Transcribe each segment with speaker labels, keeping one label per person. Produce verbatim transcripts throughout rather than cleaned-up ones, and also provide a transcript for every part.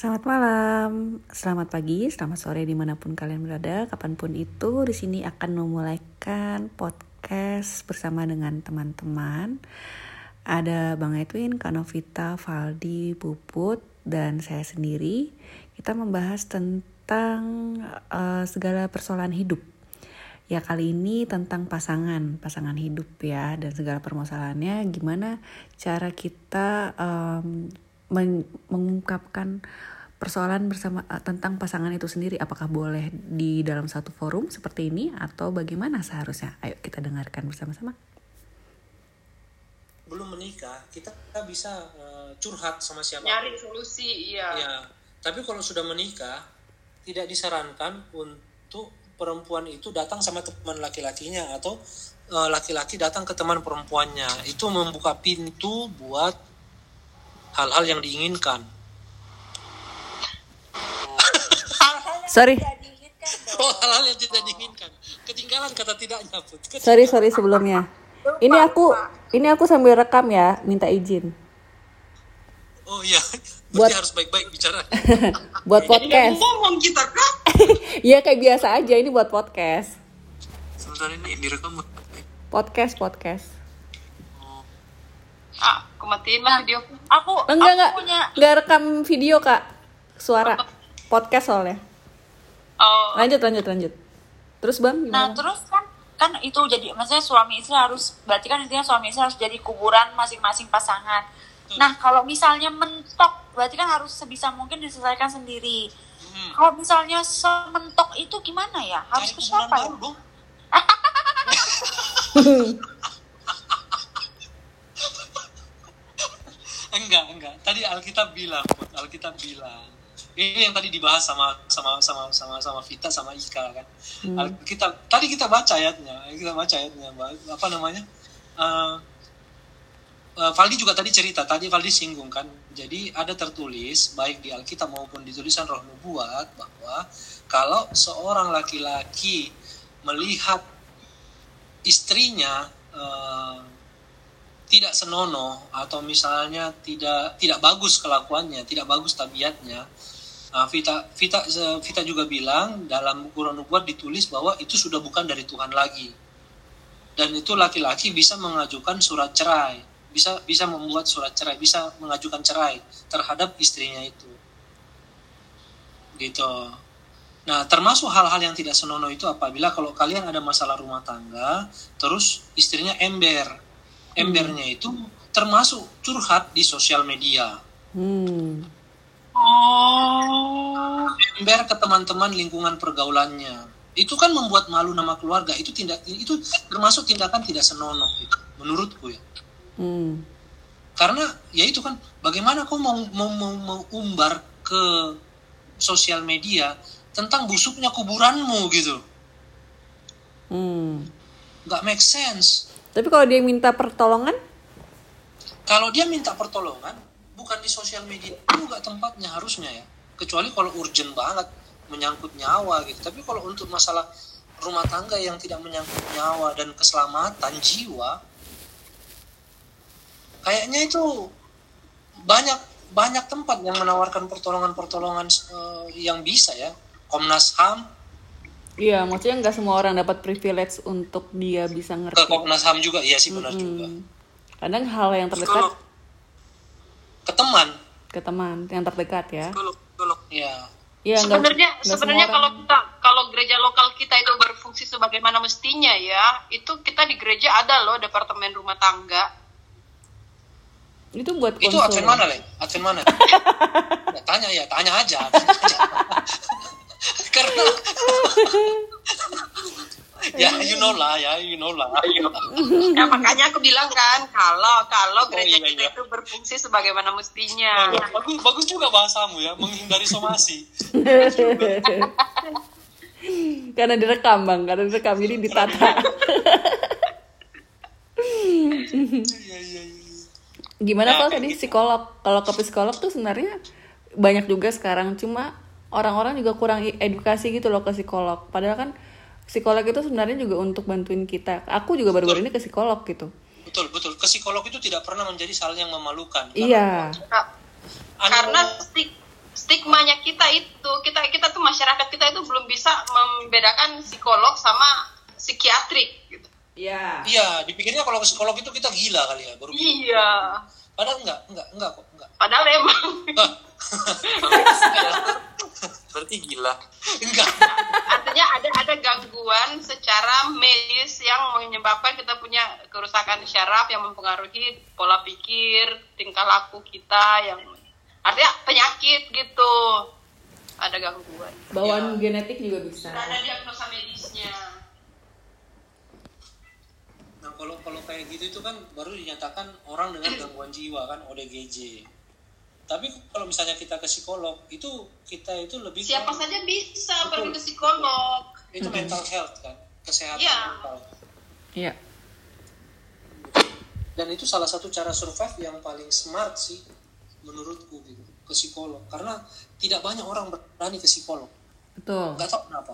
Speaker 1: Selamat malam, selamat pagi, selamat sore dimanapun kalian berada, kapanpun itu. Di sini akan memulaikan podcast bersama dengan teman-teman. Ada Bang Edwin, Kak Novita, Valdi, Puput, dan saya sendiri. Kita membahas tentang uh, segala persoalan hidup. Ya kali ini tentang pasangan, pasangan hidup ya, dan segala permasalahannya. Gimana cara kita um, men- mengungkapkan persoalan bersama uh, tentang pasangan itu sendiri, apakah boleh di dalam satu forum seperti ini atau bagaimana seharusnya? Ayo kita dengarkan bersama-sama.
Speaker 2: Belum menikah, kita bisa uh, curhat sama siapa?
Speaker 3: Nyari solusi, iya.
Speaker 2: Ya, tapi kalau sudah menikah, tidak disarankan untuk perempuan itu datang sama teman laki-lakinya atau uh, laki-laki datang ke teman perempuannya. Itu membuka pintu buat hal-hal yang diinginkan.
Speaker 1: Sorry.
Speaker 2: Oh, hal-hal yang tidak diinginkan. Ketinggalan kata tidaknya, Put.
Speaker 1: Sorry, sorry sebelumnya. Ini aku, ini aku sambil rekam ya, minta izin.
Speaker 2: Oh iya, berarti
Speaker 1: Buat-
Speaker 2: harus baik-baik bicara.
Speaker 1: Buat podcast.
Speaker 3: Ngomong kita kan?
Speaker 1: Iya kayak biasa aja, ini buat podcast.
Speaker 2: Sebentar ini direkam.
Speaker 1: Podcast, podcast.
Speaker 3: Ah, aku matiin lah video. Aku,
Speaker 1: Enggak,
Speaker 3: aku
Speaker 1: enggak,
Speaker 3: punya.
Speaker 1: enggak rekam video kak. Suara, podcast soalnya.
Speaker 3: Oh.
Speaker 1: Lanjut, lanjut, lanjut. Terus bang,
Speaker 4: Nah
Speaker 1: gimana?
Speaker 4: terus kan kan itu jadi maksudnya suami istri harus berarti kan intinya suami istri harus jadi kuburan masing-masing pasangan. Nah kalau misalnya mentok berarti kan harus sebisa mungkin diselesaikan sendiri.
Speaker 2: Hmm.
Speaker 4: Kalau misalnya sementok itu gimana ya? Harus
Speaker 2: Cari
Speaker 4: ke
Speaker 2: kuburan
Speaker 4: siapa ya?
Speaker 2: baru dong. Enggak, enggak. Tadi Alkitab bilang, Put. Alkitab bilang. Ini yang tadi dibahas sama sama sama sama sama Vita sama Ika kan.
Speaker 1: Hmm.
Speaker 2: Alkitab. Tadi kita baca ayatnya. Kita baca ayatnya. Apa namanya? Uh, uh, Valdi juga tadi cerita. Tadi Valdi singgung kan. Jadi ada tertulis baik di Alkitab maupun di tulisan Roh Nubuat bahwa kalau seorang laki-laki melihat istrinya uh, tidak senonoh atau misalnya tidak tidak bagus kelakuannya, tidak bagus tabiatnya, uh, Vita Vita Vita juga bilang dalam Quran Nubuat ditulis bahwa itu sudah bukan dari Tuhan lagi, dan itu laki-laki bisa mengajukan surat cerai, bisa bisa membuat surat cerai, bisa mengajukan cerai terhadap istrinya itu, gitu. Nah, termasuk hal-hal yang tidak senonoh itu apabila kalau kalian ada masalah rumah tangga, terus istrinya ember. Embernya itu termasuk curhat di sosial media.
Speaker 1: Hmm.
Speaker 3: Oh.
Speaker 2: Ember ke teman-teman lingkungan pergaulannya. Itu kan membuat malu nama keluarga. Itu tindak itu termasuk tindakan tidak senonoh itu, menurutku ya.
Speaker 1: Hmm.
Speaker 2: Karena ya itu kan bagaimana kau mau mau mau, mau umbar ke sosial media tentang busuknya kuburanmu gitu.
Speaker 1: Hmm.
Speaker 2: Nggak make sense.
Speaker 1: Tapi kalau dia minta pertolongan,
Speaker 2: Kalau dia minta pertolongan, bukan di sosial media juga tempatnya harusnya ya. Kecuali kalau urgent banget, menyangkut nyawa gitu. Tapi kalau untuk masalah rumah tangga yang tidak menyangkut nyawa dan keselamatan jiwa, kayaknya itu banyak banyak tempat yang menawarkan pertolongan-pertolongan uh, yang bisa ya. Komnas H A M,
Speaker 1: iya maksudnya nggak semua orang dapat privilege untuk dia bisa
Speaker 2: ke
Speaker 1: ngerti.
Speaker 2: Komnas H A M juga, iya sih benar
Speaker 1: Mm-mm.
Speaker 2: juga.
Speaker 1: Kadang hal yang terdekat
Speaker 2: Psikolog. Ke teman,
Speaker 1: ke teman yang terdekat ya.
Speaker 2: psikolog, psikolog. Ya.
Speaker 1: Iya nggak-
Speaker 3: Sebenarnya
Speaker 1: nggak
Speaker 3: sebenarnya
Speaker 1: semua
Speaker 3: kalau
Speaker 1: orang-
Speaker 3: kita kalau gereja lokal kita itu berfungsi sebagaimana mestinya ya, itu kita di gereja ada loh departemen rumah tangga.
Speaker 1: itu buat
Speaker 2: Itu
Speaker 1: konsul.
Speaker 2: Advent mana, Le? Advent mana? Ya, tanya ya, tanya aja. Tanya aja. Karena ya, you know lah, ya, you know lah.
Speaker 3: Ya makanya aku bilang kan kalau kalau
Speaker 2: iya,
Speaker 3: gereja kita
Speaker 2: iya.
Speaker 3: itu berfungsi sebagaimana mestinya.
Speaker 2: Ya, bagus, bagus juga bahasamu ya, menghindari somasi.
Speaker 1: Karena direkam bang, karena direkam jadi ditata.
Speaker 2: Iya, iya, iya.
Speaker 1: Gimana
Speaker 2: Ya,
Speaker 1: kalau
Speaker 2: kayak
Speaker 1: tadi
Speaker 2: gitu.
Speaker 1: psikolog? Kalau ke psikolog tuh sebenarnya banyak juga sekarang, cuma orang-orang juga kurang i- edukasi gitu loh ke psikolog. Padahal kan psikolog itu sebenarnya juga untuk bantuin kita. Aku juga baru-baru ini ke psikolog gitu.
Speaker 2: Betul, betul. Ke psikolog itu tidak pernah menjadi hal yang memalukan.
Speaker 1: Iya.
Speaker 3: Karena stig- stigma kita itu kita kita tuh masyarakat kita itu belum bisa membedakan psikolog sama psikiatrik gitu.
Speaker 1: Iya.
Speaker 2: Iya, dipikirnya kalau psikolog itu kita gila kali ya, baru gila.
Speaker 3: Iya.
Speaker 2: Padahal enggak, enggak, enggak kok, enggak.
Speaker 3: Padahal emang.
Speaker 5: Berarti gila.
Speaker 2: Enggak.
Speaker 3: Artinya ada ada gangguan secara medis yang menyebabkan kita punya kerusakan syaraf yang mempengaruhi pola pikir, tingkah laku kita, yang artinya penyakit gitu. Ada gangguan.
Speaker 1: Bawaan
Speaker 2: Ya.
Speaker 1: genetik juga bisa.
Speaker 3: Ada diagnosa medisnya.
Speaker 2: Nah, kalau kalau kayak gitu itu kan baru dinyatakan orang dengan gangguan jiwa kan, O D G J. Tapi kalau misalnya kita ke psikolog, itu kita itu lebih
Speaker 3: Siapa
Speaker 2: ke-
Speaker 3: saja bisa
Speaker 2: Betul.
Speaker 3: pergi ke psikolog.
Speaker 2: itu mental health kan, kesehatan
Speaker 3: Iya.
Speaker 2: mental.
Speaker 1: Iya.
Speaker 2: Dan itu salah satu cara survive yang paling smart sih menurutku gitu, ke psikolog. Karena tidak banyak orang berani ke psikolog.
Speaker 1: Betul.
Speaker 2: Gak tahu kenapa.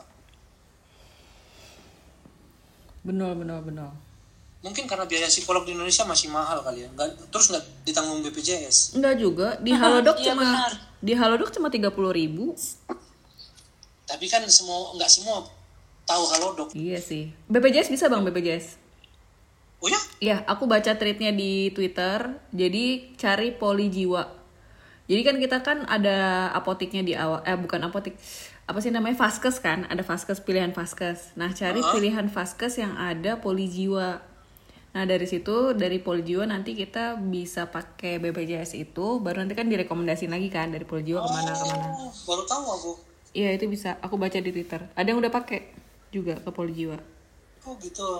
Speaker 1: Benar, benar, benar.
Speaker 2: Mungkin karena biaya psikolog di Indonesia masih mahal kali ya. Nggak, terus nggak ditanggung B P J S.
Speaker 1: Enggak juga. Di Halodoc
Speaker 4: Iya,
Speaker 1: cuma
Speaker 4: benar.
Speaker 1: di Halodoc cuma tiga puluh ribu.
Speaker 2: Tapi kan semua nggak semua tahu Halodoc.
Speaker 1: Iya sih. B P J S bisa Bang, B P J S.
Speaker 2: Oh ya?
Speaker 1: Iya, aku baca tweetnya di Twitter. Jadi cari poli jiwa. Jadi kan kita kan ada apotiknya di awal. Eh bukan apotik. Apa sih namanya? Vaskes kan? Ada vaskes, pilihan vaskes. Nah, cari
Speaker 2: Uh-huh.
Speaker 1: pilihan vaskes yang ada poli jiwa. Nah, dari situ, dari poli jiwa nanti kita bisa pakai B P J S itu. Baru nanti kan direkomendasiin lagi kan dari poli jiwa kemana kemana.
Speaker 2: Oh, baru tahu aku.
Speaker 1: Iya, itu bisa. Aku baca di Twitter. Ada yang udah pakai juga ke poli jiwa.
Speaker 2: Oh gitu.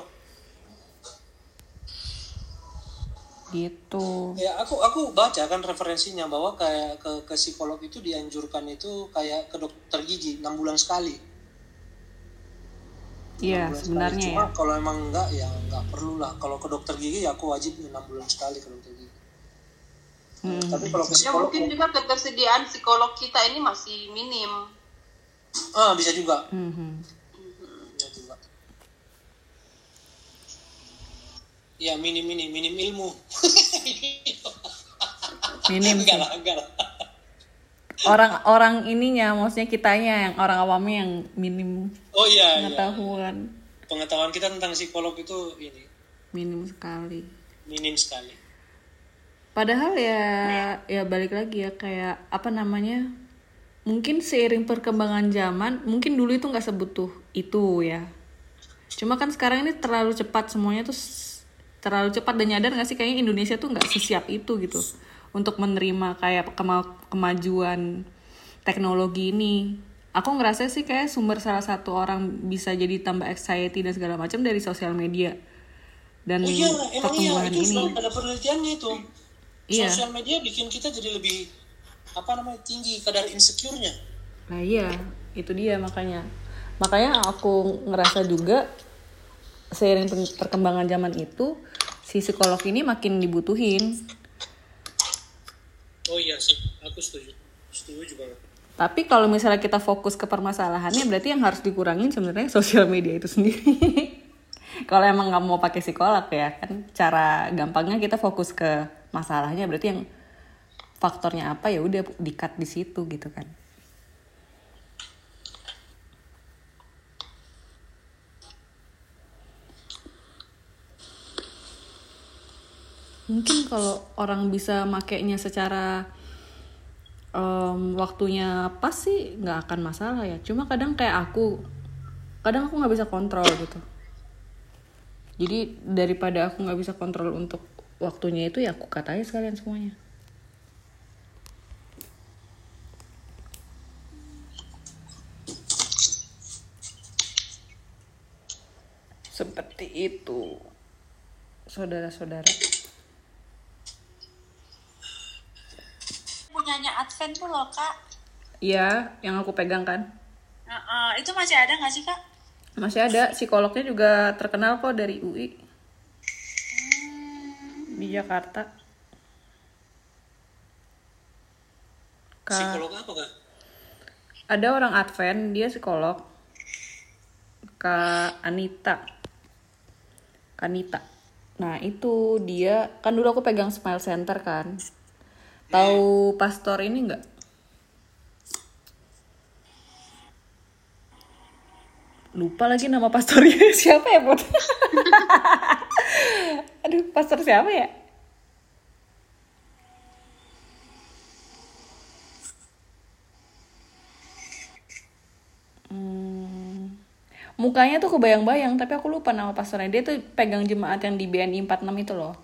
Speaker 1: Gitu.
Speaker 2: Ya aku aku baca kan referensinya bahwa kayak ke, ke psikolog itu dianjurkan itu kayak ke dokter gigi enam bulan sekali.
Speaker 1: Iya,
Speaker 2: enam bulan
Speaker 1: sebenarnya
Speaker 2: sekali.
Speaker 1: ya.
Speaker 2: Cuma kalau emang enggak ya enggak perlu lah. Kalau ke dokter gigi ya aku wajib enam bulan sekali ke dokter gigi.
Speaker 1: Hmm.
Speaker 2: Tapi kalau ke
Speaker 3: Ya
Speaker 2: psikolog
Speaker 3: mungkin juga ketersediaan psikolog kita ini masih minim.
Speaker 2: ah bisa juga.
Speaker 1: Mhm.
Speaker 2: Bisa juga. Ya minim minim minim ilmu.
Speaker 1: Minim
Speaker 2: enggak
Speaker 1: sih.
Speaker 2: lah, enggak lah.
Speaker 1: Orang-orang ininya, maksudnya kitanya yang orang awamnya yang minim
Speaker 2: Oh iya, iya.
Speaker 1: pengetahuan.
Speaker 2: Pengetahuan kita tentang psikolog itu ini
Speaker 1: Minim sekali.
Speaker 2: minim sekali.
Speaker 1: Padahal ya ya balik lagi ya kayak apa namanya? Mungkin seiring perkembangan zaman, mungkin dulu itu nggak sebutuh itu ya. Cuma kan sekarang ini terlalu cepat semuanya tuh s- terlalu cepat, dan nyadar nggak sih kayaknya Indonesia tuh nggak sesiap itu gitu untuk menerima kayak kema- kemajuan teknologi ini. Aku ngerasa sih kayak sumber salah satu orang bisa jadi tambah anxiety dan segala macam dari sosial media dan
Speaker 2: Oh iya, emang iya,
Speaker 1: pertumbuhan
Speaker 2: itu
Speaker 1: ini.
Speaker 2: selalu ada penelitiannya itu.
Speaker 1: Iya.
Speaker 2: Sosial media bikin kita jadi lebih apa namanya tinggi kadar insecure-nya.
Speaker 1: Nah iya, itu dia makanya. Makanya aku ngerasa juga seiring pen- perkembangan zaman itu, si psikolog ini makin dibutuhin.
Speaker 2: Oh iya sih, aku setuju. Setuju banget.
Speaker 1: Tapi kalau misalnya kita fokus ke permasalahannya, berarti yang harus dikurangin sebenarnya sosial media itu sendiri. Kalau emang nggak mau pakai psikolog ya kan, cara gampangnya kita fokus ke masalahnya, berarti yang faktornya apa ya udah di-cut di situ gitu kan. Mungkin kalau orang bisa makainya secara em, waktunya pas sih nggak akan masalah ya. Cuma kadang kayak aku, kadang aku nggak bisa kontrol gitu. Jadi daripada aku nggak bisa kontrol untuk waktunya itu, ya aku cut aja sekalian semuanya. Seperti itu, saudara-saudara.
Speaker 4: Punyanya Advent tuh loh kak.
Speaker 1: Iya, yang aku pegang kan.
Speaker 4: Uh, uh, itu masih ada nggak sih kak?
Speaker 1: Masih ada, psikolognya juga terkenal kok dari U I di Jakarta. Kak,
Speaker 2: Psikolog apa kan?
Speaker 1: ada orang Advent, dia psikolog. Kak Anita. Kanita. Nah, itu dia kan dulu aku pegang Smile Center kan. Tahu pastor ini enggak? Lupa lagi nama pastornya siapa ya, Pot? Aduh, pastor siapa ya? Hmm, mukanya tuh kebayang-bayang, tapi aku lupa nama pastornya. Dia tuh pegang jemaat yang di B N I empat puluh enam itu loh.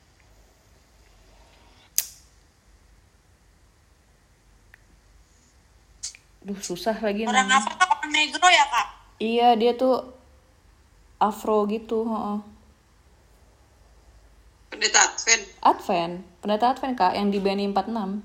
Speaker 1: Duh, susah lagi
Speaker 4: Orang
Speaker 1: namanya.
Speaker 4: apa tuh? Orang negro ya, Kak?
Speaker 1: Iya, dia tuh afro gitu, heeh.
Speaker 3: Pendeta Advent.
Speaker 1: Advent, pendeta Advent Kak, yang di B N I empat puluh enam.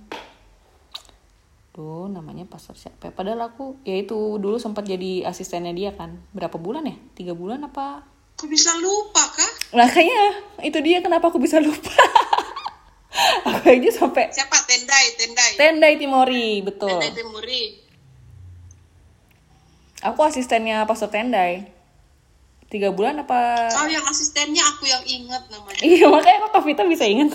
Speaker 1: Duh, namanya pastor siapa ya? Padahal aku, ya itu dulu sempat jadi asistennya dia kan. Berapa bulan ya? Tiga bulan apa?
Speaker 3: Kok bisa lupa, Kak?
Speaker 1: Nah kayaknya, itu dia kenapa aku bisa lupa. Aku aja sampai
Speaker 3: Siapa? Tendai, Tendai.
Speaker 1: Tendai Timori, betul.
Speaker 3: Tendai Timuri.
Speaker 1: Aku asistennya pastor Tendai. Tiga bulan apa?
Speaker 3: Oh, yang asistennya aku yang ingat namanya.
Speaker 1: Iya, makanya kok Kak Vita bisa ingat.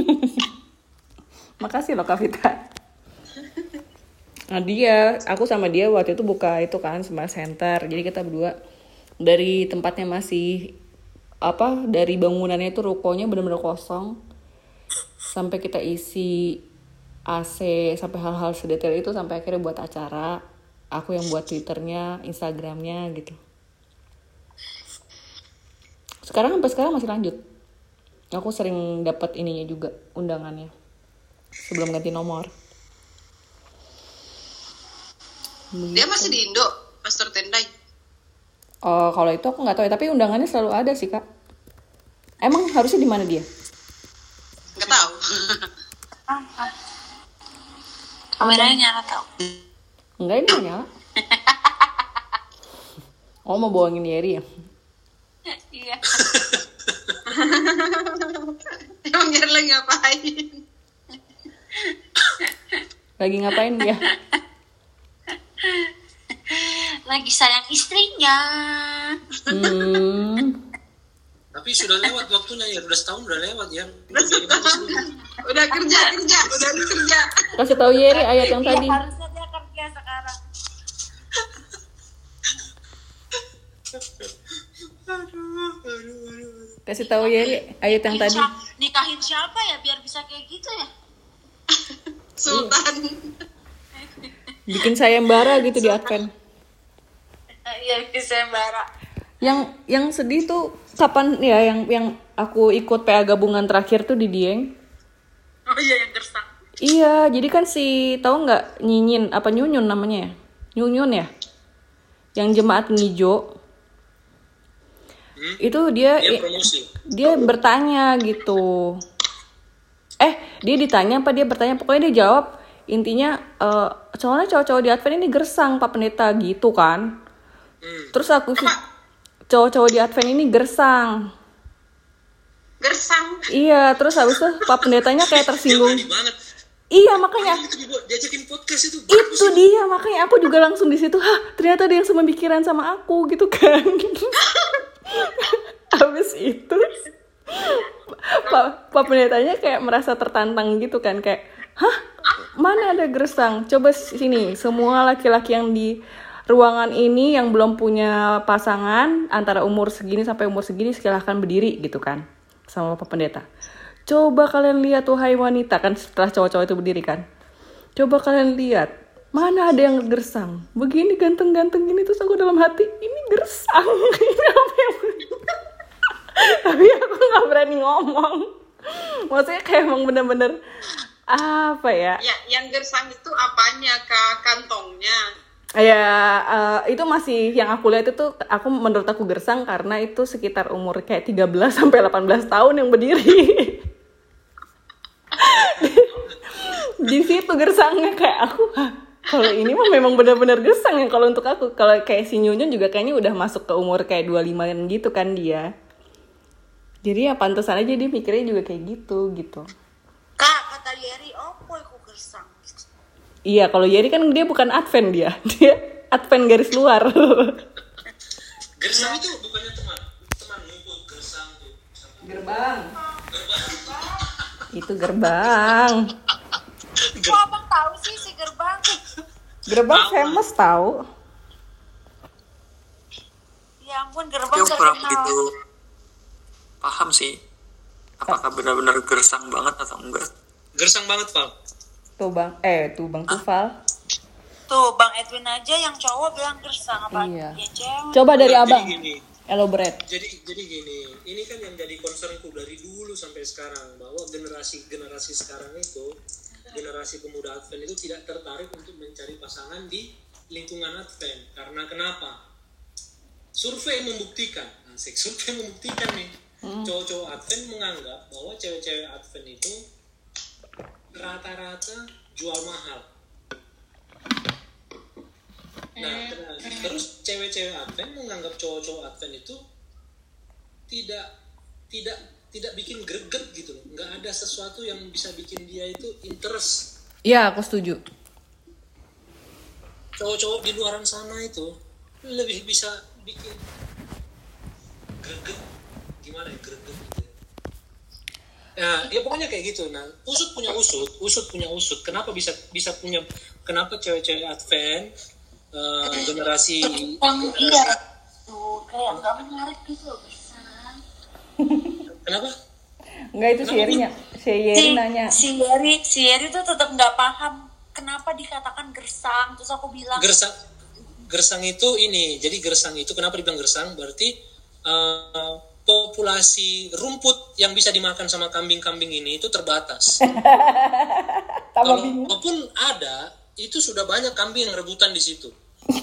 Speaker 1: Makasih loh Kak Vita. Nah dia, aku sama dia waktu itu buka itu kan Smart Center. Jadi kita berdua dari tempatnya masih apa, dari bangunannya itu rukonya benar-benar kosong, sampai kita isi A C, sampai hal-hal sedetail itu, sampai akhirnya buat acara. Aku yang buat Twitternya, Instagramnya gitu. Sekarang sampai sekarang masih lanjut. Aku sering dapat ininya juga, undangannya sebelum ganti nomor.
Speaker 3: Dia masih di Indo, Pastor Tendai.
Speaker 1: Oh, kalau itu aku nggak tahu ya, tapi undangannya selalu ada sih Kak. Emang harusnya di mana dia?
Speaker 3: Nggak tahu.
Speaker 4: Kameranya nyala tau.
Speaker 1: Enggak, ini nggak nyala. Oh, mau bohongin Yeri ya?
Speaker 4: Iya.
Speaker 3: Emang dia lagi ngapain?
Speaker 1: Lagi ngapain dia?
Speaker 4: Lagi sayang istrinya.
Speaker 1: Hmm.
Speaker 2: Tapi sudah lewat waktunya ya, udah setahun udah lewat ya.
Speaker 3: Udah setahun. Udah kerja, kerja, udah kerja.
Speaker 1: Kasih tahu Yeri ayat yang
Speaker 4: Iya,
Speaker 1: tadi.
Speaker 4: harusnya dia kerja sekarang.
Speaker 1: Kasih tahu Yeri ayat yang tadi.
Speaker 4: Siap- nikahin siapa ya biar bisa kayak gitu ya?
Speaker 3: Sultan.
Speaker 1: Bikin sayembara gitu di Advent.
Speaker 4: Iya, bisa bara.
Speaker 1: Yang yang sedih tuh kapan ya, yang yang aku ikut P A gabungan terakhir tuh di Dieng.
Speaker 4: Oh iya, yang gersang.
Speaker 1: Iya, jadi kan si tahu nggak Nyinyin apa Nyunyun namanya ya? Nyunyun ya? Yang jemaat ngijo.
Speaker 2: Hmm?
Speaker 1: Itu dia
Speaker 2: Dia promosi.
Speaker 1: dia bertanya gitu. Eh, dia ditanya apa dia bertanya? Pokoknya dia jawab intinya eh soalnya cowok-cowok di Advent ini gersang Pak Pendeta gitu kan.
Speaker 2: Hmm.
Speaker 1: Terus aku sih cowok-cowok di Advent ini gersang.
Speaker 3: Gersang.
Speaker 1: Iya, terus habis itu Pak Pendetanya kayak
Speaker 2: Dia
Speaker 1: tersinggung.
Speaker 2: berani banget.
Speaker 1: Iya, makanya
Speaker 2: Itu dibuat, diajakin podcast itu.
Speaker 1: itu dia, makanya aku juga langsung di situ, hah ternyata dia yang sepemikiran sama aku gitu kan. Habis itu Pak Pak Pendetanya kayak merasa tertantang gitu kan, kayak hah mana ada gersang, coba sini semua laki-laki yang di ruangan ini yang belum punya pasangan antara umur segini sampai umur segini silahkan berdiri gitu kan sama Pak Pendeta. Coba kalian lihat wahai wanita, kan setelah cowok-cowok itu berdiri kan, coba kalian lihat mana ada yang gersang begini ganteng-ganteng gini. Terus aku dalam hati, ini gersang. Ini apa yang tapi aku nggak berani ngomong. Maksudnya kayak emang bener-bener apa ya?
Speaker 3: Ya, yang gersang itu apanya, Kak? Kantongnya.
Speaker 1: Ya uh, itu masih yang aku lihat itu, aku menurut aku gersang karena itu sekitar umur kayak tiga belas sampai delapan belas tahun yang berdiri. Di situ gersangnya kayak aku, kalau ini mah memang benar-benar gersang ya kalau untuk aku. Kalau kayak si Nyunyun juga kayaknya udah masuk ke umur kayak dua puluh limaan gitu kan dia. Jadi ya pantesan aja dia mikirnya juga kayak gitu gitu.
Speaker 4: Kak, kata Yeri, opo aku gersang.
Speaker 1: Iya, kalau Yeri kan dia bukan Advent dia. Dia Advent garis luar.
Speaker 2: Gersang itu bukannya teman. Teman ngumpul gersang tuh.
Speaker 1: Gerbang. Itu gerbang.
Speaker 4: Kok abang tahu sih si gerbang?
Speaker 1: Gerbang famous tahu.
Speaker 4: ampun,
Speaker 5: Tapi
Speaker 4: gerbang
Speaker 5: aku kurang
Speaker 4: terkenal.
Speaker 5: begitu paham sih. Apakah benar-benar gersang banget atau enggak?
Speaker 2: Gersang banget, Val.
Speaker 1: Tuh bang, eh tuh bang Tufal.
Speaker 4: Tuh, Bang Edwin aja yang cowok bilang gersang, apa
Speaker 1: Iya.
Speaker 4: dia cewek.
Speaker 1: Coba dari
Speaker 2: Nah,
Speaker 1: abang,
Speaker 2: Jadi gini,
Speaker 1: elaborate.
Speaker 2: jadi jadi gini, ini kan yang jadi concernku dari dulu sampai sekarang, bahwa generasi generasi sekarang itu, generasi pemuda Advent itu tidak tertarik untuk mencari pasangan di lingkungan Advent. Karena kenapa? Survei membuktikan, asik, survei membuktikan nih, hmm. cowok-cowok Advent menganggap bahwa cewek-cewek Advent itu rata-rata jual mahal. Nah, terus cewek-cewek Advent menganggap cowok-cowok Advent itu tidak tidak tidak bikin greget gitu loh. Nggak ada sesuatu yang bisa bikin dia itu interest.
Speaker 1: Iya, aku setuju.
Speaker 2: Cowok-cowok di luaran sana itu lebih bisa bikin greget. Gimana ya greget gitu ya. Nah, ya pokoknya kayak gitu. Nah, usut punya usut, usut punya usut. Kenapa bisa bisa punya kenapa cewek-cewek Advent Uh, generasi
Speaker 4: Bang, iya tuh kayak nggak menarik gitu loh, bisa.
Speaker 2: Kenapa?
Speaker 1: Enggak, itu si Yeri-nya. Si Yeri nanya.
Speaker 4: Si Yeri, si Yeri tuh tetap nggak paham kenapa dikatakan gersang. Terus aku bilang
Speaker 2: Gersang, gersang itu ini. Jadi gersang itu kenapa dibilang gersang? Berarti uh, populasi rumput yang bisa dimakan sama kambing-kambing ini itu terbatas. Kalaupun ada, itu sudah banyak kambing yang rebutan di situ.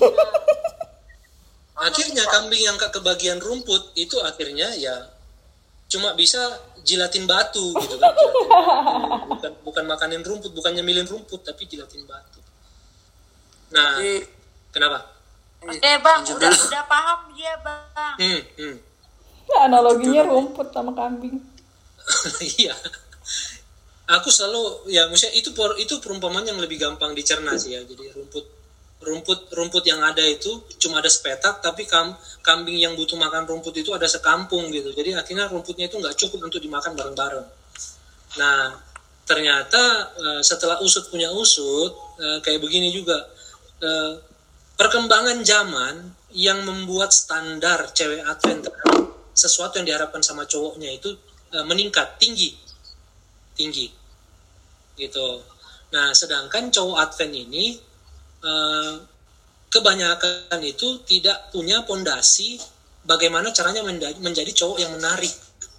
Speaker 2: Akhirnya kambing yang ke kebagian rumput itu akhirnya ya cuma bisa jilatin batu gitu kan. Jilatin batu. Bukan bukan makanin rumput, bukan nyemilin rumput, tapi jilatin batu. Nah,
Speaker 5: Jadi,
Speaker 2: kenapa?
Speaker 4: eh bang, udah udah paham dia bang.
Speaker 2: Hmm, hmm.
Speaker 1: Analoginya rumput sama kambing.
Speaker 2: Iya. Aku selalu ya maksudnya itu itu perumpamaan yang lebih gampang dicerna sih ya. Jadi rumput rumput rumput yang ada itu cuma ada sepetak, tapi kam, kambing yang butuh makan rumput itu ada sekampung gitu. Jadi akhirnya rumputnya itu nggak cukup untuk dimakan bareng-bareng. Nah, ternyata uh, setelah usut punya usut uh, kayak begini juga uh, perkembangan zaman yang membuat standar cewek Advent sesuatu yang diharapkan sama cowoknya itu uh, meningkat tinggi tinggi gitu. Nah, sedangkan cowok Advent ini uh, kebanyakan itu tidak punya pondasi bagaimana caranya menjadi, menjadi cowok yang menarik.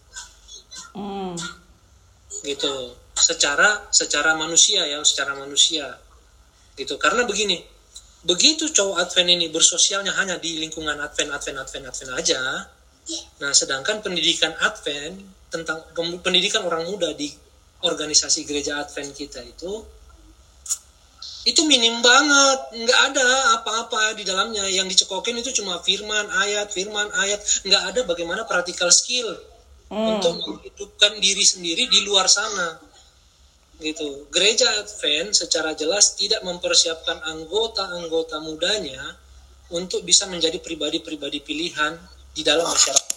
Speaker 1: Hmm.
Speaker 2: Gitu. Secara secara manusia ya, secara manusia. Gitu. Karena begini, begitu cowok Advent ini bersosialnya hanya di lingkungan Advent Advent Advent Advent aja. Nah, sedangkan pendidikan Advent tentang pendidikan orang muda di organisasi gereja Advent kita itu itu minim banget, nggak ada apa-apa di dalamnya. Yang dicekokin itu cuma firman ayat firman ayat, nggak ada bagaimana practical skill hmm. untuk menghidupkan diri sendiri di luar sana gitu. Gereja Advent secara jelas tidak mempersiapkan anggota-anggota mudanya untuk bisa menjadi pribadi-pribadi pilihan di dalam masyarakat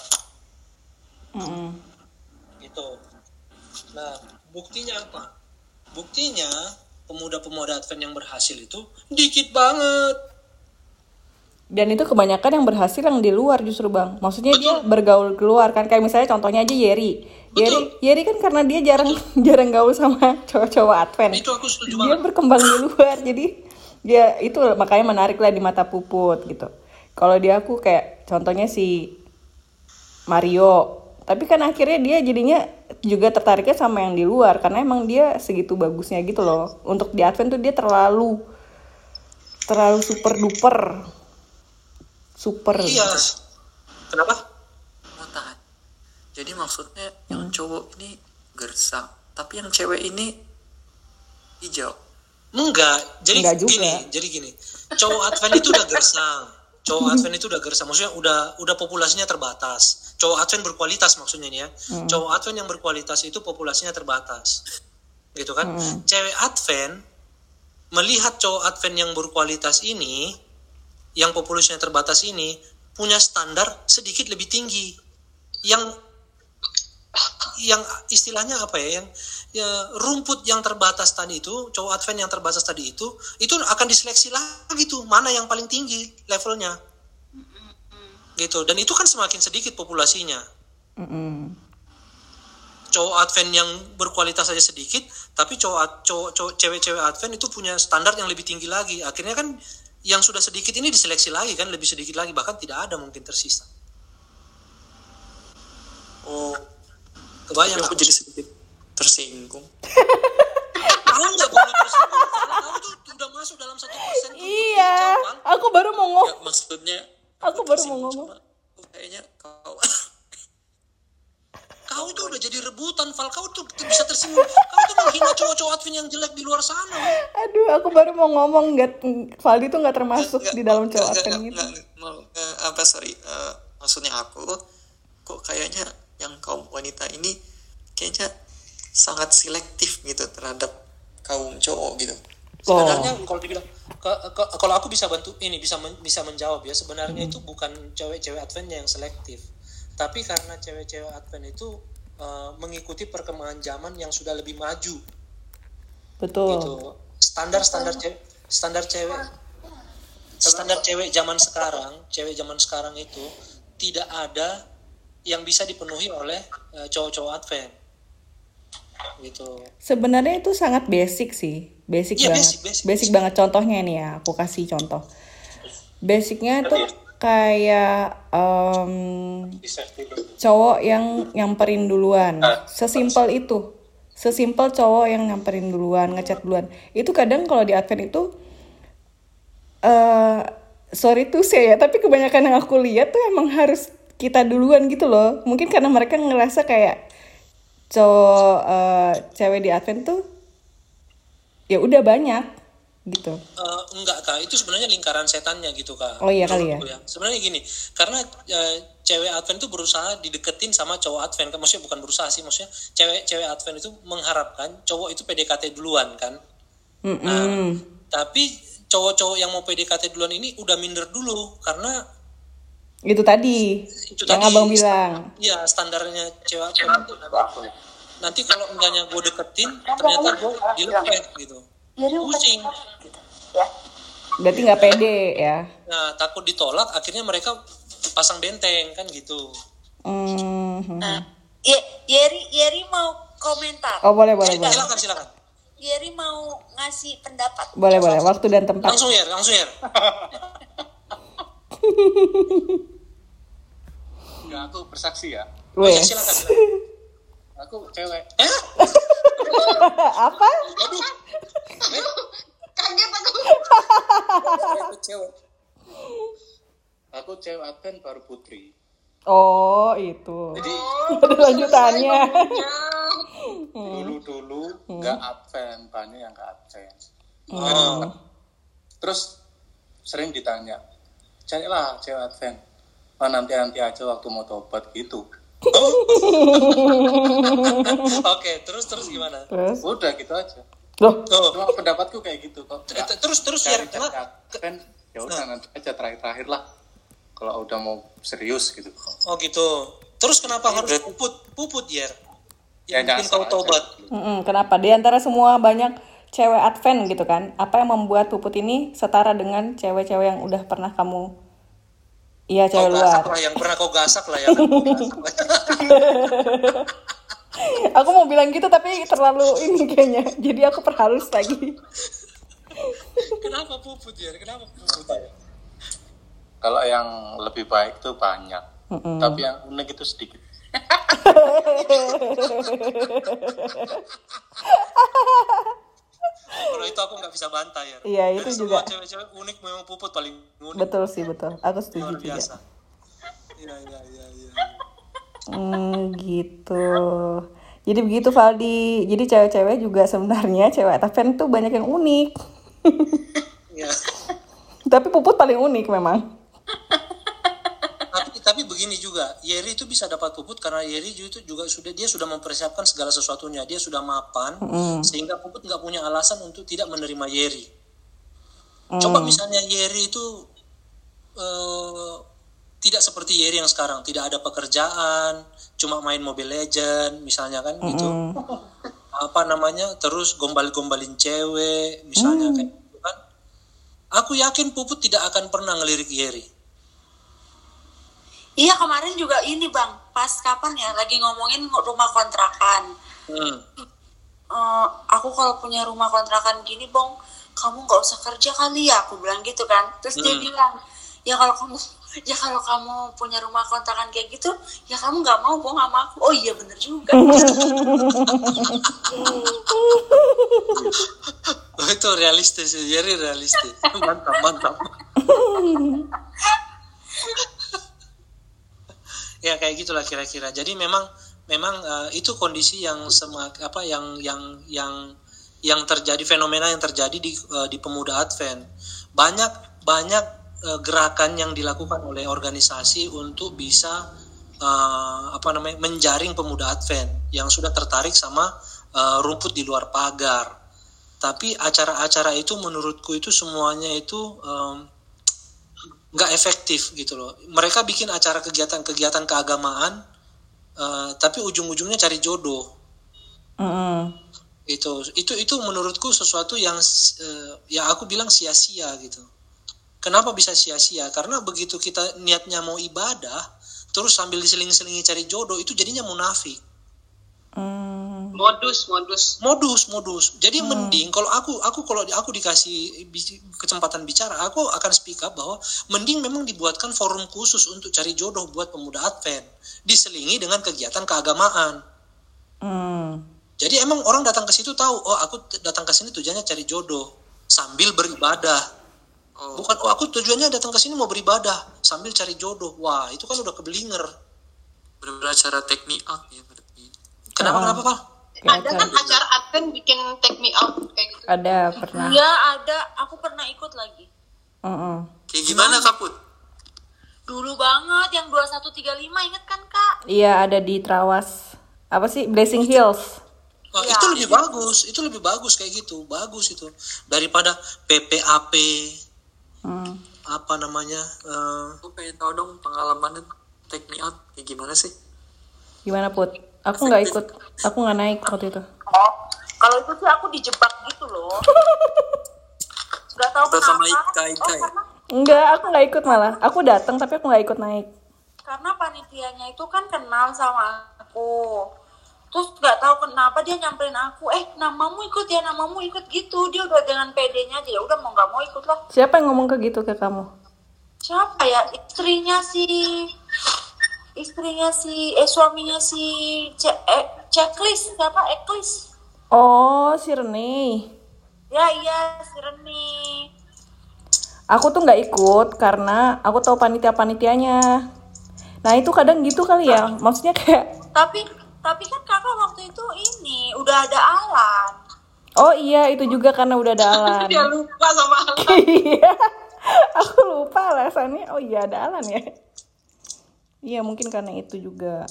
Speaker 2: hmm. gitu. Nah, buktinya apa? Buktinya pemuda-pemuda Advent yang berhasil itu dikit banget.
Speaker 1: Dan itu kebanyakan yang berhasil yang di luar justru bang. Maksudnya Betul. Dia bergaul keluar kan. Kayak misalnya contohnya aja Yeri. Yeri, Yeri kan karena dia jarang jarang gaul sama cowok-cowok Advent.
Speaker 2: Itu aku setuju
Speaker 1: dia
Speaker 2: banget.
Speaker 1: Berkembang di luar. Jadi dia itu makanya menarik lah di mata Puput gitu. Kalau dia aku kayak contohnya si Mario. Tapi kan akhirnya dia jadinya juga tertariknya sama yang di luar. Karena emang dia segitu bagusnya gitu loh. Untuk di Advent tuh dia terlalu Terlalu super duper Super
Speaker 2: Iya. Kenapa?
Speaker 5: Mau tahan. Jadi maksudnya yang cowok ini gersang, tapi yang cewek ini hijau.
Speaker 2: Enggak. Jadi
Speaker 1: Enggak juga.
Speaker 2: gini, jadi gini. Cowok Advent itu udah gersang. Cowok Advent itu udah gersang. Maksudnya udah udah populasinya terbatas. Cowok Advent berkualitas maksudnya nih ya. Hmm. Cowok Advent yang berkualitas itu populasinya terbatas. Gitu kan? Hmm. Cewek Advent melihat cowok Advent yang berkualitas ini, yang populasinya terbatas ini, punya standar sedikit lebih tinggi. Yang yang istilahnya apa ya? Yang ya, rumput yang terbatas tadi itu, cowok Advent yang terbatas tadi itu, itu akan diseleksi lagi tuh, mana yang paling tinggi levelnya. gitu. Dan itu kan semakin sedikit populasinya.
Speaker 1: Mm-mm.
Speaker 2: Cowok Advent yang berkualitas saja sedikit, tapi cowok cowok, cowok cewek-cewek Advent itu punya standar yang lebih tinggi lagi. Akhirnya kan yang sudah sedikit ini diseleksi lagi kan, lebih sedikit lagi, bahkan tidak ada mungkin tersisa.
Speaker 5: Oh,
Speaker 2: Kebayang
Speaker 5: aku
Speaker 2: nggak?
Speaker 5: jadi sedikit tersinggung.
Speaker 2: Kamu nggak boleh tersinggung karena kamu tuh udah masuk dalam satu persen.
Speaker 1: Iya, aku baru mau
Speaker 5: Ya,
Speaker 1: ngomong.
Speaker 5: maksudnya
Speaker 1: Aku baru mau
Speaker 5: tersinggung
Speaker 1: ngomong.
Speaker 5: sama- kayaknya kau
Speaker 2: Kau tuh udah jadi rebutan, Val. Kau tuh tuh bisa tersinggung. Kau tuh menghina cowok-cowok Advent yang jelek di luar sana. Weh.
Speaker 1: Aduh, aku baru mau ngomong, nggak, Valdi tuh nggak termasuk
Speaker 5: Nggak,
Speaker 1: di dalam
Speaker 5: nggak,
Speaker 1: cowok
Speaker 5: nggak,
Speaker 1: Advent
Speaker 5: nggak,
Speaker 1: gitu.
Speaker 5: nggak, mau, eh, apa sorry eh, maksudnya aku kok kayaknya yang kaum wanita ini kayaknya sangat selektif gitu terhadap kaum cowok gitu.
Speaker 2: Sebenarnya kalau dibilang ke- ke- kalau aku bisa bantu ini bisa men- bisa menjawab ya, sebenarnya itu bukan cewek-cewek Adventnya yang selektif, tapi karena cewek-cewek Advent itu uh, mengikuti perkembangan zaman yang sudah lebih maju
Speaker 1: Betul.
Speaker 2: gitu. Standar standar cewek standar cewek standar cewek zaman sekarang cewek zaman sekarang itu tidak ada yang bisa dipenuhi oleh uh, cowok-cowok Advent gitu.
Speaker 1: Sebenarnya itu sangat basic sih, basic
Speaker 2: Iya,
Speaker 1: banget,
Speaker 2: basic, basic,
Speaker 1: basic banget. Contohnya nih ya, aku kasih contoh. Basicnya tuh kayak em, cowok yang nyamperin duluan, sesimpel itu, sesimpel cowok yang nyamperin duluan, ngechat duluan. Itu kadang kalau di Advent itu, eh sorry tuh saya ya, tapi kebanyakan yang aku lihat tuh emang harus kita duluan gitu loh. Mungkin karena mereka ngerasa kayak cowok eh, cewek di Advent tuh ya udah banyak gitu.
Speaker 2: Uh, enggak kak, itu sebenarnya lingkaran setannya gitu kak.
Speaker 1: Oh iya kali ya.
Speaker 2: Menurutku Sebenarnya gini, karena uh, cewek Advent itu berusaha dideketin sama cowok Advent kan, maksudnya bukan berusaha sih, maksudnya cewek cewek Advent itu mengharapkan cowok itu P D K T duluan kan.
Speaker 1: Mm-mm.
Speaker 2: Nah, tapi cowok-cowok yang mau P D K T duluan ini udah minder dulu karena
Speaker 1: Itu tadi
Speaker 2: itu
Speaker 1: yang
Speaker 2: tadi
Speaker 1: abang bilang.
Speaker 2: ya standarnya cewek Advent itu nanti, nanti kalau enggaknya gue deketin ternyata gue dilepet gitu, pusing.
Speaker 1: Berarti nggak pede ya.
Speaker 2: Nah, takut ditolak, akhirnya mereka pasang benteng kan gitu.
Speaker 1: Mhm.
Speaker 4: Nah, Ye- Yeri Yeri mau komentar.
Speaker 1: Oh boleh boleh boleh.
Speaker 2: Silakan, silakan.
Speaker 4: Yeri mau ngasih pendapat.
Speaker 1: Boleh boleh. Waktu dan tempat.
Speaker 2: Langsung ya, langsung ya.
Speaker 6: Enggak, aku bersaksi ya.
Speaker 2: Oh,
Speaker 1: Weh.
Speaker 2: ya, silakan, silakan.
Speaker 6: Aku cewek.
Speaker 2: Eh?
Speaker 1: Apa?
Speaker 2: Aduh.
Speaker 3: Kaget aku.
Speaker 2: Aku cewek.
Speaker 6: Aku cewek Advent baru putri.
Speaker 1: Oh itu.
Speaker 6: Jadi
Speaker 1: Ada lanjutannya.
Speaker 6: dulu-dulu nggak Advent, banyak yang nggak Advent.
Speaker 2: Oh.
Speaker 6: Terus sering ditanya, carilah cewek Advent. Oh, nanti-nanti aja waktu mau tobat gitu.
Speaker 2: Oke, terus terus gimana?
Speaker 1: Terus?
Speaker 6: Udah gitu aja.
Speaker 1: Loh.
Speaker 2: Oh.
Speaker 6: Cuma pendapatku kayak gitu kok.
Speaker 2: T- t- Terus terus ya.
Speaker 6: Cari cari Advent, ya udah nanti aja terakhir-terakhir lah. Kalau udah mau serius gitu.
Speaker 2: Oh gitu. Terus kenapa harus puput? Puput ya?
Speaker 6: Ya,
Speaker 2: Yang bikin
Speaker 6: nyasar
Speaker 2: kau
Speaker 6: aja.
Speaker 2: tobat.
Speaker 1: Mm-mm, kenapa? Di antara semua banyak cewek Advent gitu kan? Apa yang membuat Puput ini setara dengan cewek-cewek yang udah pernah kamu? Iya
Speaker 2: Kau
Speaker 1: cewek
Speaker 2: gasak
Speaker 1: luar.
Speaker 2: lah, yang pernah kau gasak lah ya. Kan? Kau gasak lah.
Speaker 1: Aku mau bilang gitu tapi terlalu ini kayaknya. Jadi aku perhalus lagi.
Speaker 2: Kenapa puput ya? Kenapa puput ya?
Speaker 6: Kalau yang lebih baik tuh banyak.
Speaker 1: Mm-mm.
Speaker 6: Tapi yang unik itu sedikit.
Speaker 2: Kalau itu aku nggak bisa bantah ya.
Speaker 1: Iya, itu
Speaker 2: Dari
Speaker 1: juga.
Speaker 2: semua cewek-cewek unik, memang puput paling unik.
Speaker 1: Betul sih betul. Aku setuju
Speaker 2: Luar
Speaker 1: juga.
Speaker 2: biasa. Iya iya iya iya.
Speaker 1: Hmm, gitu. Jadi begitu Valdi. Jadi cewek-cewek juga sebenarnya cewek Advent tuh banyak yang unik.
Speaker 2: Iya.
Speaker 1: Tapi Puput paling unik memang.
Speaker 2: Tapi tapi begini juga, Yeri itu bisa dapat puput karena Yeri itu juga sudah dia sudah mempersiapkan segala sesuatunya. Dia sudah mapan sehingga puput nggak punya alasan untuk tidak menerima Yeri. Coba misalnya Yeri itu eh, tidak seperti Yeri yang sekarang, tidak ada pekerjaan, cuma main Mobile Legend misalnya kan gitu. Apa namanya? Terus gombal-gombalin cewek misalnya kayak gitu kan. Aku yakin Puput tidak akan pernah ngelirik Yeri.
Speaker 4: Iya kemarin juga ini bang, pas kapan ya lagi ngomongin rumah kontrakan.
Speaker 2: Hmm.
Speaker 4: Uh, aku kalau punya rumah kontrakan gini bang, kamu nggak usah kerja kali ya, aku bilang gitu kan. Terus hmm. dia bilang, ya kalau kamu ya kalau kamu punya rumah kontrakan kayak gitu, ya kamu nggak mau bang sama aku. Oh iya bener juga.
Speaker 2: Oh, itu realistis, jadi realistis. Mantap, mantap. Ya kayak gitulah kira-kira. Jadi memang memang uh, itu kondisi yang semak apa yang yang yang yang terjadi, fenomena yang terjadi di uh, di pemuda Advent. Banyak banyak uh, gerakan yang dilakukan oleh organisasi untuk bisa uh, apa namanya menjaring pemuda Advent yang sudah tertarik sama uh, rumput di luar pagar. Tapi acara-acara itu menurutku itu semuanya itu um, nggak efektif gitu loh. Mereka bikin acara kegiatan-kegiatan keagamaan, uh, tapi ujung-ujungnya cari jodoh.
Speaker 1: Mm.
Speaker 2: Itu itu itu menurutku sesuatu yang uh, ya aku bilang sia-sia gitu. Kenapa bisa sia-sia? Karena begitu kita niatnya mau ibadah, terus sambil diseling-selingi cari jodoh, itu jadinya munafik.
Speaker 1: Mm.
Speaker 3: Modus, modus.
Speaker 2: Modus, modus. Jadi hmm. mending kalau aku aku kalau aku dikasih kesempatan bicara, aku akan speak up bahwa mending memang dibuatkan forum khusus untuk cari jodoh buat pemuda Advent, diselingi dengan kegiatan keagamaan.
Speaker 1: Hmm.
Speaker 2: Jadi emang orang datang ke situ tahu, oh aku datang ke sini tujuannya cari jodoh sambil beribadah. Oh. Bukan, oh aku tujuannya datang ke sini mau beribadah sambil cari jodoh. Wah, itu kan udah kebelinger.
Speaker 5: Benar-benar acara take me out ya berarti.
Speaker 2: Kenapa,
Speaker 1: Oh.
Speaker 2: kenapa, Pak?
Speaker 3: Ada kan acara Advent bikin take me out kayak gitu.
Speaker 1: Ada pernah.
Speaker 4: Iya ada, aku pernah ikut lagi.
Speaker 1: Mm-mm.
Speaker 5: Kayak gimana Kaput?
Speaker 4: Dulu banget yang dua satu tiga lima, inget kan kak?
Speaker 1: Iya ada di Trawas. Apa sih Blessing Hills?
Speaker 2: Oh,
Speaker 4: Ya.
Speaker 2: itu lebih bagus, itu lebih bagus kayak gitu, bagus itu daripada P P A P,
Speaker 1: Hmm.
Speaker 2: apa namanya? Uh,
Speaker 5: Aku pengen tahu dong pengalamannya take me out kayak gimana sih?
Speaker 1: Gimana Put? Aku nggak ikut, aku nggak naik waktu itu.
Speaker 4: Oh, kalau itu sih aku dijebak gitu loh. Gak tahu
Speaker 5: Atau sama
Speaker 4: kenapa.
Speaker 5: Ika Ika
Speaker 4: Oh,
Speaker 5: ya?
Speaker 4: karena,
Speaker 1: Enggak, aku nggak ikut malah. Aku datang tapi aku nggak ikut naik.
Speaker 4: karena panitianya itu kan kenal sama aku. Terus gak tahu kenapa dia nyamperin aku, eh namamu ikut ya, namamu ikut gitu. Dia udah dengan pedenya aja, ya udah mau nggak mau ikut lah.
Speaker 1: Siapa yang ngomong ke gitu ke kamu?
Speaker 4: Siapa ya? Istrinya si istrinya si eh suaminya si Ce, eh, Checklist siapa? Eklis.
Speaker 1: Oh, si Rene.
Speaker 4: Ya iya si Reni.
Speaker 1: Aku tuh nggak ikut karena aku tahu panitia-panitianya. Nah itu kadang gitu kali ya, maksudnya kayak.
Speaker 4: Tapi tapi kan kakak waktu itu ini udah ada Alan.
Speaker 1: Oh iya, itu juga karena udah ada Alan.
Speaker 3: Dia lupa sama Alan.
Speaker 1: Iya, aku lupa alasannya. Oh iya ada Alan ya. Iya mungkin karena itu juga.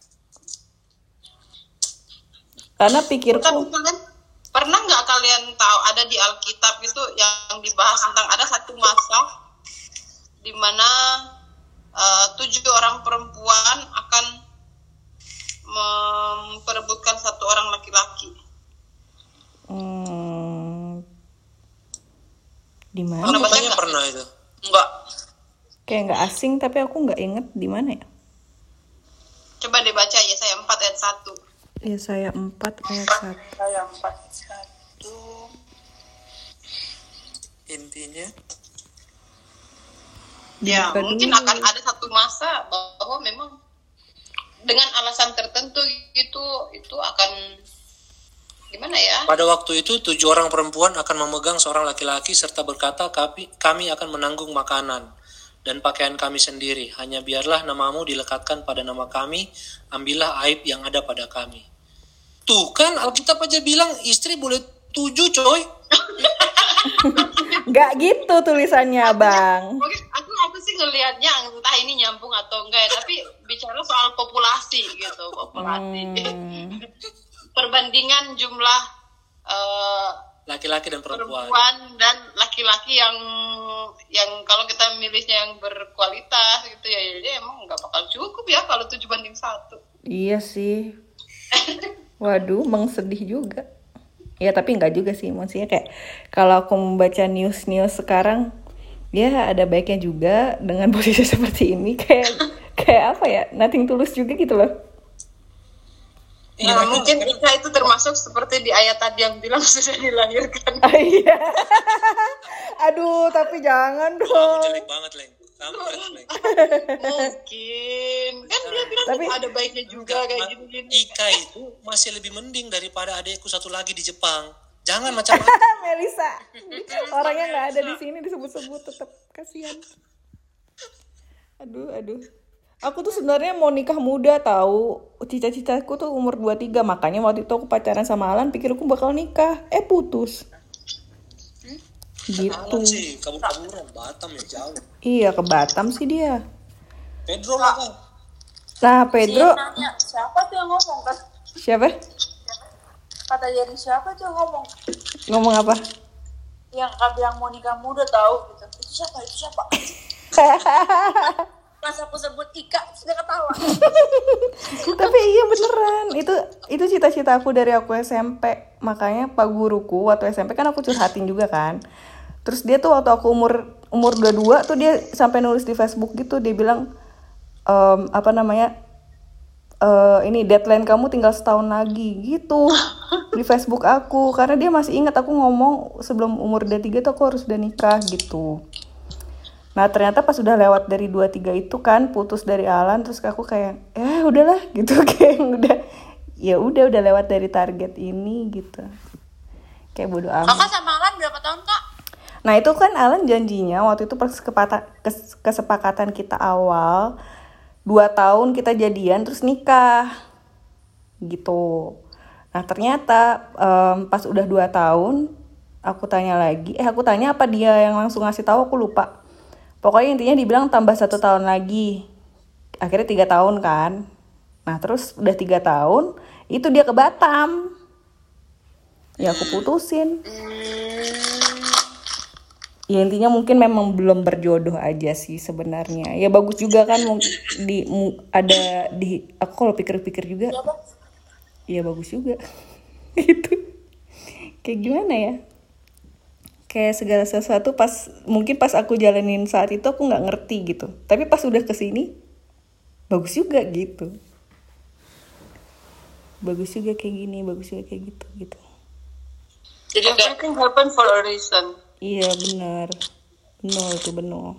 Speaker 1: Karena
Speaker 3: Tapi
Speaker 1: pikirku.
Speaker 3: kalian pernah nggak kalian tahu ada di Alkitab itu yang dibahas tentang ada satu masa di mana uh, tujuh orang perempuan akan memperebutkan satu orang laki-laki.
Speaker 1: Hmm, di
Speaker 2: aku
Speaker 1: mana?
Speaker 3: Pernah baca
Speaker 2: kayaknya
Speaker 3: nggak?
Speaker 2: pernah itu.
Speaker 3: Enggak.
Speaker 1: Kayak nggak asing tapi aku nggak inget di mana ya.
Speaker 3: Coba dibaca ya saya empat ayat satu.
Speaker 1: Yesaya empat ayat satu.
Speaker 4: Saya empat satu.
Speaker 5: Intinya
Speaker 3: Ya,
Speaker 1: Buka
Speaker 3: mungkin
Speaker 1: dulu.
Speaker 3: akan ada satu masa bahwa memang dengan alasan tertentu itu itu akan gimana ya?
Speaker 2: Pada waktu itu tujuh orang perempuan akan memegang seorang laki-laki serta berkata, kami, kami akan menanggung makanan dan pakaian kami sendiri. Hanya biarlah namamu dilekatkan pada nama kami, ambillah aib yang ada pada kami. Tuh kan Alkitab aja bilang istri boleh tujuh coy.
Speaker 1: Nggak gitu tulisannya bang.
Speaker 3: Mungkin aku aku sih ngelihatnya entah ini nyambung atau enggak ya, tapi bicara soal populasi gitu, populasi.
Speaker 1: Hmm.
Speaker 3: Perbandingan jumlah eh,
Speaker 2: Laki-laki dan perempuan.
Speaker 3: perempuan dan laki-laki yang yang kalau kita milihnya yang berkualitas gitu ya, jadi emang nggak bakal cukup ya kalau tujuh banding satu.
Speaker 1: Iya sih. Waduh, Bang sedih juga. Ya tapi nggak juga sih, maksudnya kayak kalau aku membaca news-news sekarang, ya ada baiknya juga dengan posisi seperti ini kayak kayak apa ya, nothing tulus juga gitu loh.
Speaker 3: Nah,
Speaker 2: Iya,
Speaker 3: mungkin
Speaker 2: makanya-
Speaker 3: Ika itu termasuk seperti di ayat tadi yang bilang sudah dilahirkan.
Speaker 1: Ah, iya. Aduh, tapi jangan
Speaker 2: Kamu
Speaker 1: dong.
Speaker 2: jelek banget, Leng. Kamu red flag.
Speaker 3: Mungkin kan dia bilang
Speaker 1: Tapi-
Speaker 3: ada baiknya juga
Speaker 2: Enggak,
Speaker 3: kayak
Speaker 2: Ma-
Speaker 3: gini-gini.
Speaker 2: Ika itu masih lebih mending daripada adekku satu lagi di Jepang. Jangan macam-macam.
Speaker 1: Melisa. Orangnya nggak ada di sini disebut-sebut, tetap kasihan. Aduh, aduh. Aku tuh sebenarnya mau nikah muda tahu. Cita-citaku tuh umur dua puluh tiga, makanya waktu itu aku pacaran sama Alan, pikir aku bakal nikah. Eh putus. Gitu.
Speaker 2: Alam sih, kabur-kaburan. Batam ya jauh.
Speaker 1: Iya, ke Batam sih dia.
Speaker 2: Pedro lah kan.
Speaker 1: Nah,
Speaker 4: Si
Speaker 1: Pedro,
Speaker 4: nanya, siapa tuh yang ngomong kan?
Speaker 1: siapa?
Speaker 4: Kata Jerry siapa tuh yang ngomong?
Speaker 1: Ngomong apa?
Speaker 4: Yang kak bilang mau nikah muda tahu gitu. Itu siapa? Itu siapa? Pas aku sebut Ika, sudah ketawa.
Speaker 1: Tapi iya beneran, itu itu cita-cita aku dari aku S M P. Makanya pak guruku waktu S M P kan aku curhatin juga kan. Terus dia tuh waktu aku umur umur dua puluh dua tuh dia sampai nulis di Facebook gitu, dia bilang ehm, apa namanya? Eh, ini deadline kamu tinggal setahun lagi gitu di Facebook aku, karena dia masih ingat aku ngomong sebelum umur dua puluh tiga tuh aku harus udah nikah gitu. Nah ternyata pas udah lewat dari dua puluh tiga itu kan putus dari Alan, terus aku kayak eh udahlah gitu, kayak udah ya udah udah lewat dari target ini gitu, kayak bodo amat.
Speaker 4: Kakak sama Alan berapa tahun kak?
Speaker 1: Nah itu kan Alan janjinya waktu itu pas kepata- kes- kesepakatan kita awal dua tahun kita jadian terus nikah gitu. Nah ternyata em, pas udah dua tahun aku tanya lagi, eh aku tanya apa dia yang langsung ngasih tahu, aku lupa. Pokoknya intinya dibilang tambah satu tahun lagi. Akhirnya tiga tahun kan. Nah terus udah tiga tahun itu dia ke Batam. Ya aku putusin. Ya intinya mungkin memang belum berjodoh aja sih sebenarnya. Ya bagus juga kan mung- di mu- ada di aku kalau pikir-pikir juga. Ya bagus juga. Gitu. Kayak gimana ya? Kayak segala sesuatu pas mungkin pas aku jalanin saat itu aku nggak ngerti gitu. Tapi pas udah kesini bagus juga gitu. Bagus juga kayak gini, bagus juga kayak gitu gitu.
Speaker 3: Jadi everything happen for a reason.
Speaker 1: Iya benar, benar itu benar.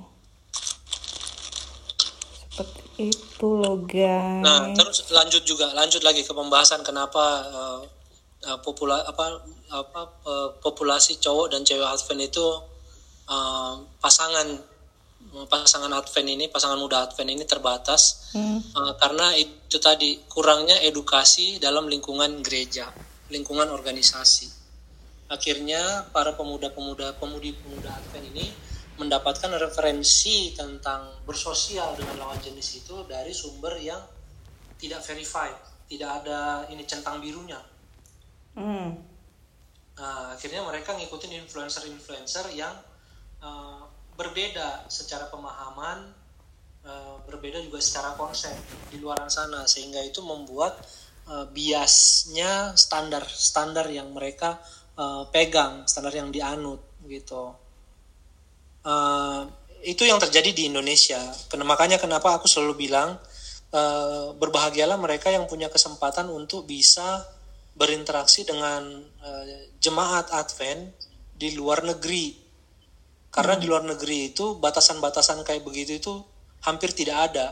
Speaker 1: Seperti itu loh guys.
Speaker 2: Nah, terus lanjut juga, lanjut lagi ke pembahasan kenapa uh, uh, popula apa apa uh, populasi cowok dan cewek Advent itu uh, pasangan pasangan Advent ini, pasangan muda Advent ini terbatas
Speaker 1: Hmm.
Speaker 2: uh, karena itu tadi kurangnya edukasi dalam lingkungan gereja, lingkungan organisasi. Akhirnya para pemuda-pemuda, pemudi-pemuda Advent ini mendapatkan referensi tentang bersosial dengan lawan jenis itu dari sumber yang tidak verified, tidak ada ini centang birunya.
Speaker 1: Hmm.
Speaker 2: Nah, akhirnya mereka ngikutin influencer-influencer yang uh, berbeda secara pemahaman, uh, berbeda juga secara konsep di luar sana, sehingga itu membuat uh, biasnya standar standar yang mereka uh, pegang, standar yang dianut gitu. Uh, itu yang terjadi di Indonesia. Makanya kenapa aku selalu bilang uh, berbahagialah mereka yang punya kesempatan untuk bisa berinteraksi dengan uh, jemaat Advent di luar negeri. Karena hmm. di luar negeri itu batasan-batasan kayak begitu itu hampir tidak ada.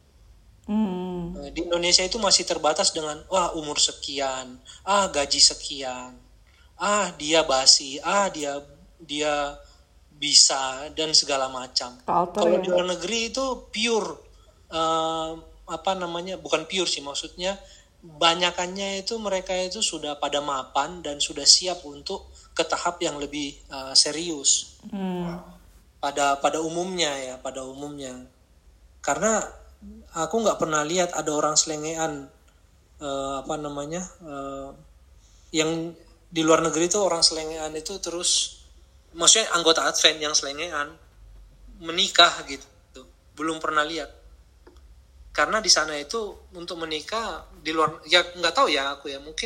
Speaker 1: Hmm.
Speaker 2: Uh, di Indonesia itu masih terbatas dengan wah umur sekian, ah gaji sekian, ah dia basi, ah dia dia bisa dan segala macam.
Speaker 1: Culture,
Speaker 2: Kalau
Speaker 1: ya.
Speaker 2: di luar negeri itu pure uh, apa namanya, bukan pure sih, maksudnya banyakannya itu mereka itu sudah pada mapan dan sudah siap untuk ke tahap yang lebih uh, serius.
Speaker 1: Hmm.
Speaker 2: Pada pada umumnya ya, pada umumnya. Karena aku nggak pernah lihat ada orang selengean uh, apa namanya uh, yang di luar negeri itu orang selengean itu terus, maksudnya anggota Advent yang selengean menikah gitu, belum pernah lihat. Karena di sana itu untuk menikah di luar, ya nggak tahu ya aku ya, mungkin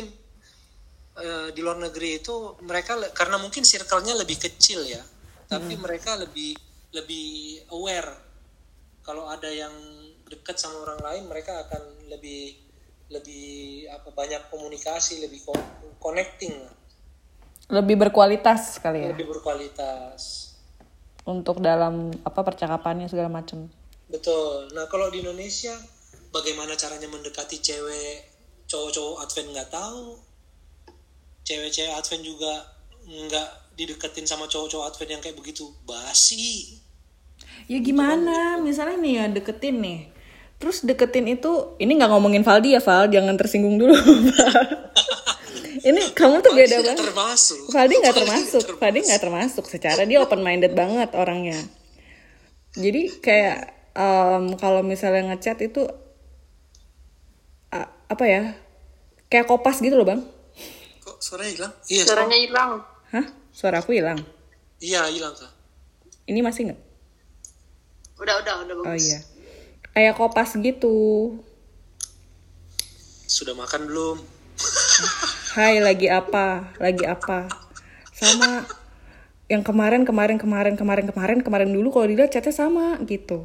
Speaker 2: e, di luar negeri itu mereka karena mungkin circle-nya lebih kecil ya, tapi hmm. mereka lebih lebih aware kalau ada yang dekat sama orang lain, mereka akan lebih lebih apa banyak komunikasi, lebih connecting,
Speaker 1: lebih berkualitas kali ya,
Speaker 2: lebih berkualitas
Speaker 1: untuk dalam apa percakapannya segala macam.
Speaker 2: Betul. Nah kalau di Indonesia bagaimana caranya mendekati cewek, cowok-cowok Advent nggak tahu, cewek-cewek Advent juga nggak dideketin sama cowok-cowok Advent yang kayak begitu basi.
Speaker 1: Ya gimana, misalnya nih ya deketin nih, terus deketin itu, ini nggak ngomongin Valdi ya Val, jangan tersinggung dulu. Ini kamu tuh beda banget.
Speaker 2: Termasuk.
Speaker 1: Valdi nggak termasuk, Valdi nggak termasuk. Secara dia open minded banget orangnya. Jadi kayak um, kalau misalnya ngechat itu uh, apa ya, kayak kopas gitu loh bang.
Speaker 5: Kok suaranya hilang?
Speaker 2: Iya.
Speaker 3: Suaranya hilang.
Speaker 1: Hah? Suara aku hilang?
Speaker 2: Iya hilang kak.
Speaker 1: Ini masih nggak?
Speaker 3: Udah udah udah bagus.
Speaker 1: Oh iya. Kayak kopas gitu.
Speaker 2: Sudah makan belum?
Speaker 1: Hai, lagi apa? Lagi apa? Sama yang kemarin kemarin kemarin kemarin kemarin kemarin dulu kalau dilihat chatnya sama gitu.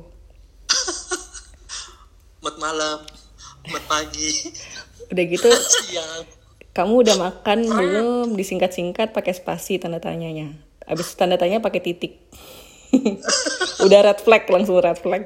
Speaker 2: Mat malam, mat pagi.
Speaker 1: Udah gitu,
Speaker 2: Siang.
Speaker 1: kamu udah makan belum? Disingkat-singkat pakai spasi tanda tanyanya. Abis tanda tanya pakai titik. Udah red flag, langsung red flag.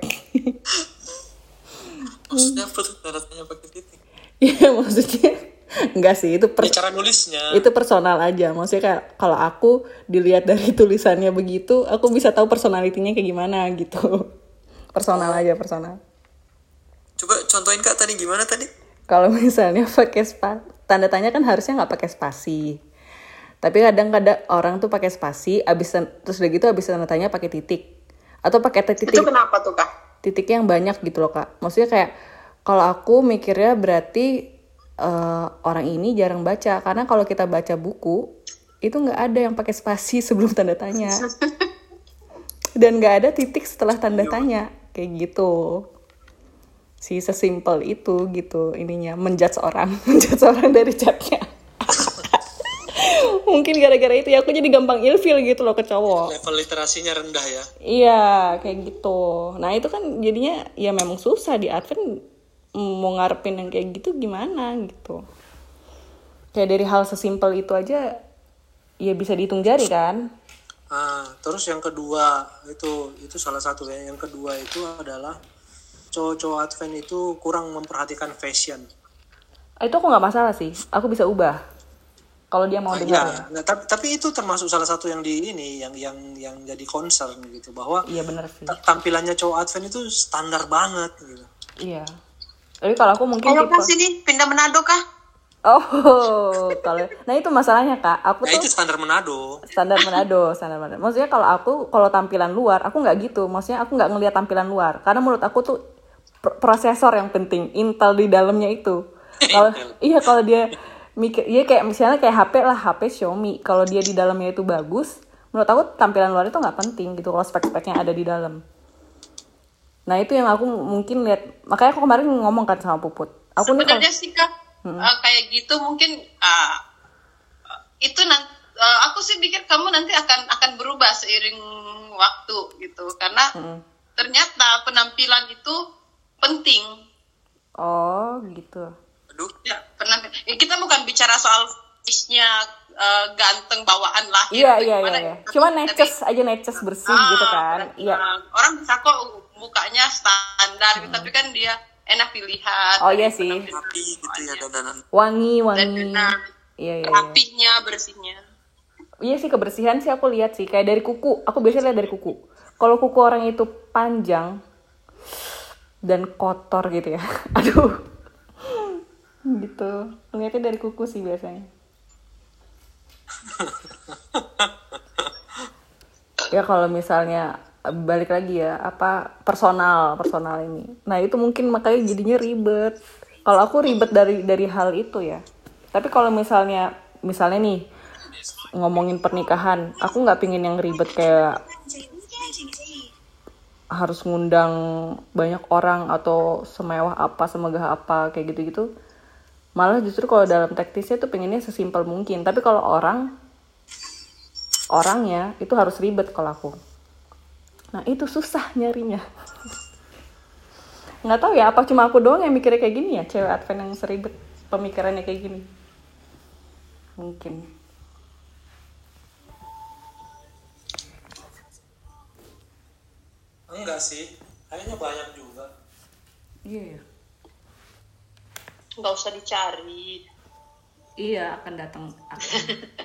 Speaker 5: Maksudnya apa tuh tanda tanya pakai titik?
Speaker 1: Iya maksudnya enggak sih, itu per-
Speaker 2: Ya, cara nulisnya.
Speaker 1: itu personal aja. Maksudnya kayak kalau aku dilihat dari tulisannya begitu, aku bisa tahu personalitinya kayak gimana gitu. Personal aja, personal.
Speaker 5: Coba contohin kak tadi gimana tadi?
Speaker 1: Kalau misalnya pakai spa, tanda tanya kan harusnya nggak pakai spasi. Tapi kadang-kadang orang tuh pakai spasi, abis terus udah gitu abis tanda tanya pakai titik. Atau pakai titik.
Speaker 3: Itu kenapa tuh kak?
Speaker 1: Titiknya yang banyak gitu loh kak. Maksudnya kayak kalau aku mikirnya berarti uh, orang ini jarang baca, karena kalau kita baca buku itu nggak ada yang pakai spasi sebelum tanda tanya, dan nggak ada titik setelah tanda tanya kayak gitu. Si sesimpel itu gitu ininya, menjudge orang, menjudge orang dari chatnya. Mungkin gara-gara itu ya aku jadi gampang ilfil gitu loh ke cowok.
Speaker 2: Level literasinya rendah ya.
Speaker 1: Iya, kayak gitu. Nah, itu kan jadinya ya memang susah di Advent mau ngarepin yang kayak gitu gimana gitu. Kayak dari hal sesimpel itu aja ya bisa dihitung jari kan.
Speaker 2: Ah, terus yang kedua itu itu salah satu ya. Yang kedua itu adalah cowok-cowok Advent itu kurang memperhatikan fashion.
Speaker 1: Itu aku nggak masalah sih, aku bisa ubah. Kalau dia mau
Speaker 2: Nah,
Speaker 1: dengar
Speaker 2: ya.
Speaker 1: ya.
Speaker 2: Nah, tapi, tapi itu termasuk salah satu yang di ini yang yang yang jadi concern gitu bahwa
Speaker 1: Iya benar sih.
Speaker 2: ta- tampilannya cowok Advent itu standar banget gitu.
Speaker 1: Iya. Tapi kalau aku mungkin
Speaker 3: Ayo
Speaker 1: tipe.
Speaker 3: kak sini pindah Manado kah?
Speaker 1: Oh, kalau nah itu masalahnya kak. Aku
Speaker 2: Nah,
Speaker 1: tuh
Speaker 2: itu standar Manado.
Speaker 1: standar Manado, standar Manado. Maksudnya kalau aku kalau tampilan luar, aku nggak gitu. Maksudnya aku nggak ngelihat tampilan luar, karena menurut aku tuh pr- prosesor yang penting, Intel di dalamnya itu. Kalau iya kalau dia mikir, iya kayak misalnya kayak H P lah, H P Xiaomi. Kalau dia di dalamnya itu bagus, menurut aku tampilan luar itu nggak penting gitu. Kalau spek-speknya ada di dalam. Nah itu yang aku mungkin lihat. Makanya aku kemarin ngomong kan sama Puput. Aku nih
Speaker 3: Sebenarnya
Speaker 1: kalau-
Speaker 3: sih kak
Speaker 1: Hmm.
Speaker 3: uh, kayak gitu mungkin uh, itu nanti uh, aku sih pikir kamu nanti akan akan berubah seiring waktu gitu karena
Speaker 1: Hmm.
Speaker 3: ternyata penampilan itu penting.
Speaker 1: Oh gitu.
Speaker 5: Aduh,
Speaker 3: Ya, penampilan. Ya, kita bukan bicara soal face-nya uh, ganteng bawaan lahir.
Speaker 1: Iya
Speaker 3: atau
Speaker 1: iya
Speaker 3: gimana
Speaker 1: iya.
Speaker 3: ya.
Speaker 1: Cuma
Speaker 3: Tapi-
Speaker 1: neces aja, neces bersih
Speaker 3: Ah,
Speaker 1: gitu kan.
Speaker 3: benar.
Speaker 1: Iya.
Speaker 3: Orang bisa kok mukanya standar, gitu, tapi kan dia enak dilihat.
Speaker 1: Oh iya sih.
Speaker 5: rapi gitu ya dandanan.
Speaker 1: Wangi
Speaker 3: Dan
Speaker 1: wangi.
Speaker 3: benar,
Speaker 1: Iya iya. iya.
Speaker 3: rapihnya, bersihnya.
Speaker 1: Iya sih, kebersihan sih aku lihat sih, kayak dari kuku. Aku biasanya lihat dari kuku. Kalau kuku orang itu panjang dan kotor gitu ya. Aduh. Gitu. Lihatnya dari kuku sih biasanya. Ya kalau misalnya balik lagi ya, apa personal, personal ini. Nah, itu mungkin makanya jadinya ribet. Kalau aku ribet dari dari hal itu ya. Tapi kalau misalnya misalnya nih ngomongin pernikahan, aku nggak pingin yang ribet kayak harus ngundang banyak orang atau semewah apa, semegah apa kayak gitu-gitu. Malah justru kalau dalam teknisnya tuh pengennya sesimpel mungkin. Tapi kalau orang orangnya itu harus ribet kalau aku. Nah itu susah nyarinya. Nggak tahu ya, apa cuma aku doang yang mikirnya kayak gini ya, cewek Advent yang seribet pemikirannya kayak gini. Mungkin.
Speaker 2: Enggak sih, kayaknya banyak juga.
Speaker 1: Iya. Yeah.
Speaker 3: Nggak usah dicari.
Speaker 1: Iya, akan datang. Akan.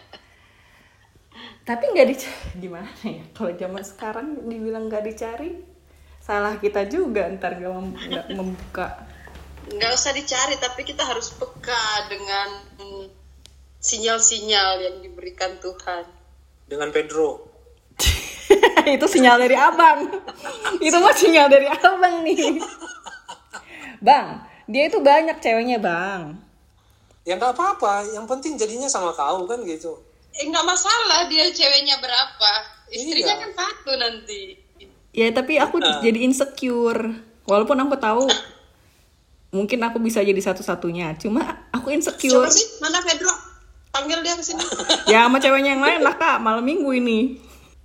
Speaker 1: Tapi nggak dicari, gimana ya? Kalau zaman sekarang dibilang nggak dicari, salah kita juga ntar nggak mem- nggak membuka.
Speaker 3: Nggak usah dicari, tapi kita harus peka dengan sinyal-sinyal yang diberikan Tuhan.
Speaker 2: Dengan Pedro.
Speaker 1: Itu sinyal dari abang. Itu mah sinyal dari abang nih. Bang, dia itu banyak ceweknya bang.
Speaker 2: Ya nggak apa-apa, yang penting jadinya sama kau kan gitu.
Speaker 3: Eh nggak masalah dia ceweknya berapa, istrinya
Speaker 2: Iya.
Speaker 3: kan satu nanti.
Speaker 1: Ya tapi aku
Speaker 2: Nah.
Speaker 1: jadi insecure. Walaupun aku tahu mungkin aku bisa jadi satu-satunya. Cuma aku insecure.
Speaker 3: Siapa sih? Mana Pedro? Panggil dia ke sini.
Speaker 1: Ya sama ceweknya yang lain lah kak, malam minggu ini.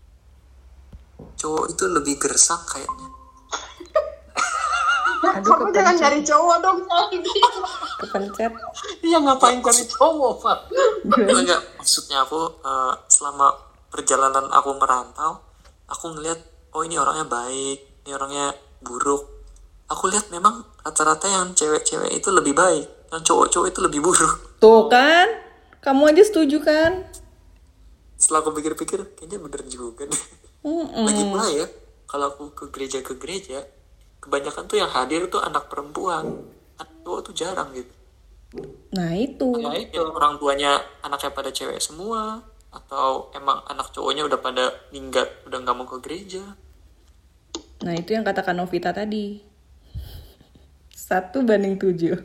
Speaker 5: Cowok itu lebih gersak kayaknya.
Speaker 1: Aduh,
Speaker 3: Kamu jangan
Speaker 1: kepencet.
Speaker 3: cari cowok dong.
Speaker 1: Kepencet.
Speaker 2: Iya ngapain cari cowok Pak?
Speaker 5: Enggak, maksudnya aku eh, selama perjalanan aku merantau, aku ngelihat oh ini orangnya baik, ini orangnya buruk. Aku lihat memang rata-rata yang cewek-cewek itu lebih baik, yang cowok-cowok itu lebih buruk.
Speaker 1: Tuh kan, kamu aja setuju kan?
Speaker 5: Setelah aku pikir-pikir, kayaknya bener juga deh.
Speaker 1: Mm-mm.
Speaker 5: Lagi pula ya, kalau aku ke gereja ke gereja, kebanyakan tuh yang hadir tuh anak perempuan, anak cowok tuh jarang gitu.
Speaker 1: Nah itu.
Speaker 2: Ya
Speaker 5: Ya,
Speaker 2: itu.
Speaker 5: orang tuanya anaknya pada cewek semua, atau emang anak cowoknya udah pada minggat, udah nggak mau ke gereja.
Speaker 1: Nah itu yang katakan Novita tadi. Satu banding tujuh.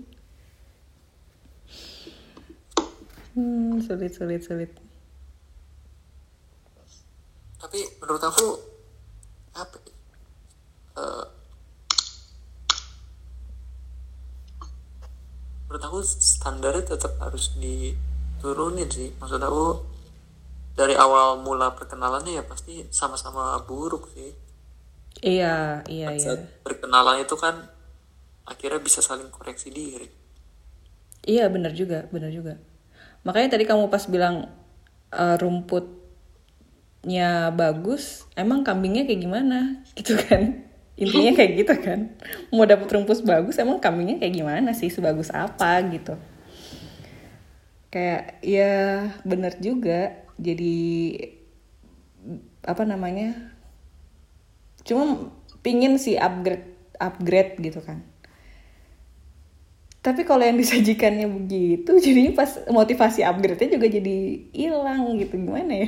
Speaker 1: hmm, sulit, sulit, sulit.
Speaker 5: Tapi menurut aku apa? ya, eh, menurut aku standarnya tetap harus diturunin sih. Maksud aku dari awal mula perkenalannya ya pasti sama-sama buruk sih.
Speaker 1: Iya, iya, iya.
Speaker 5: Saat berkenalan itu kan akhirnya bisa saling koreksi diri.
Speaker 1: Iya, benar juga, benar juga. Makanya tadi kamu pas bilang uh, rumputnya bagus, emang kambingnya kayak gimana? Gitu kan? Intinya kayak gitu kan. Mau dapet rumput bagus, emang kambingnya kayak gimana sih? Sebagus apa gitu. Kayak ya benar juga. Jadi apa namanya? Cuma pingin sih upgrade upgrade gitu kan. Tapi kalau yang disajikannya begitu, jadinya pas motivasi upgrade-nya juga jadi hilang gitu, gimana ya?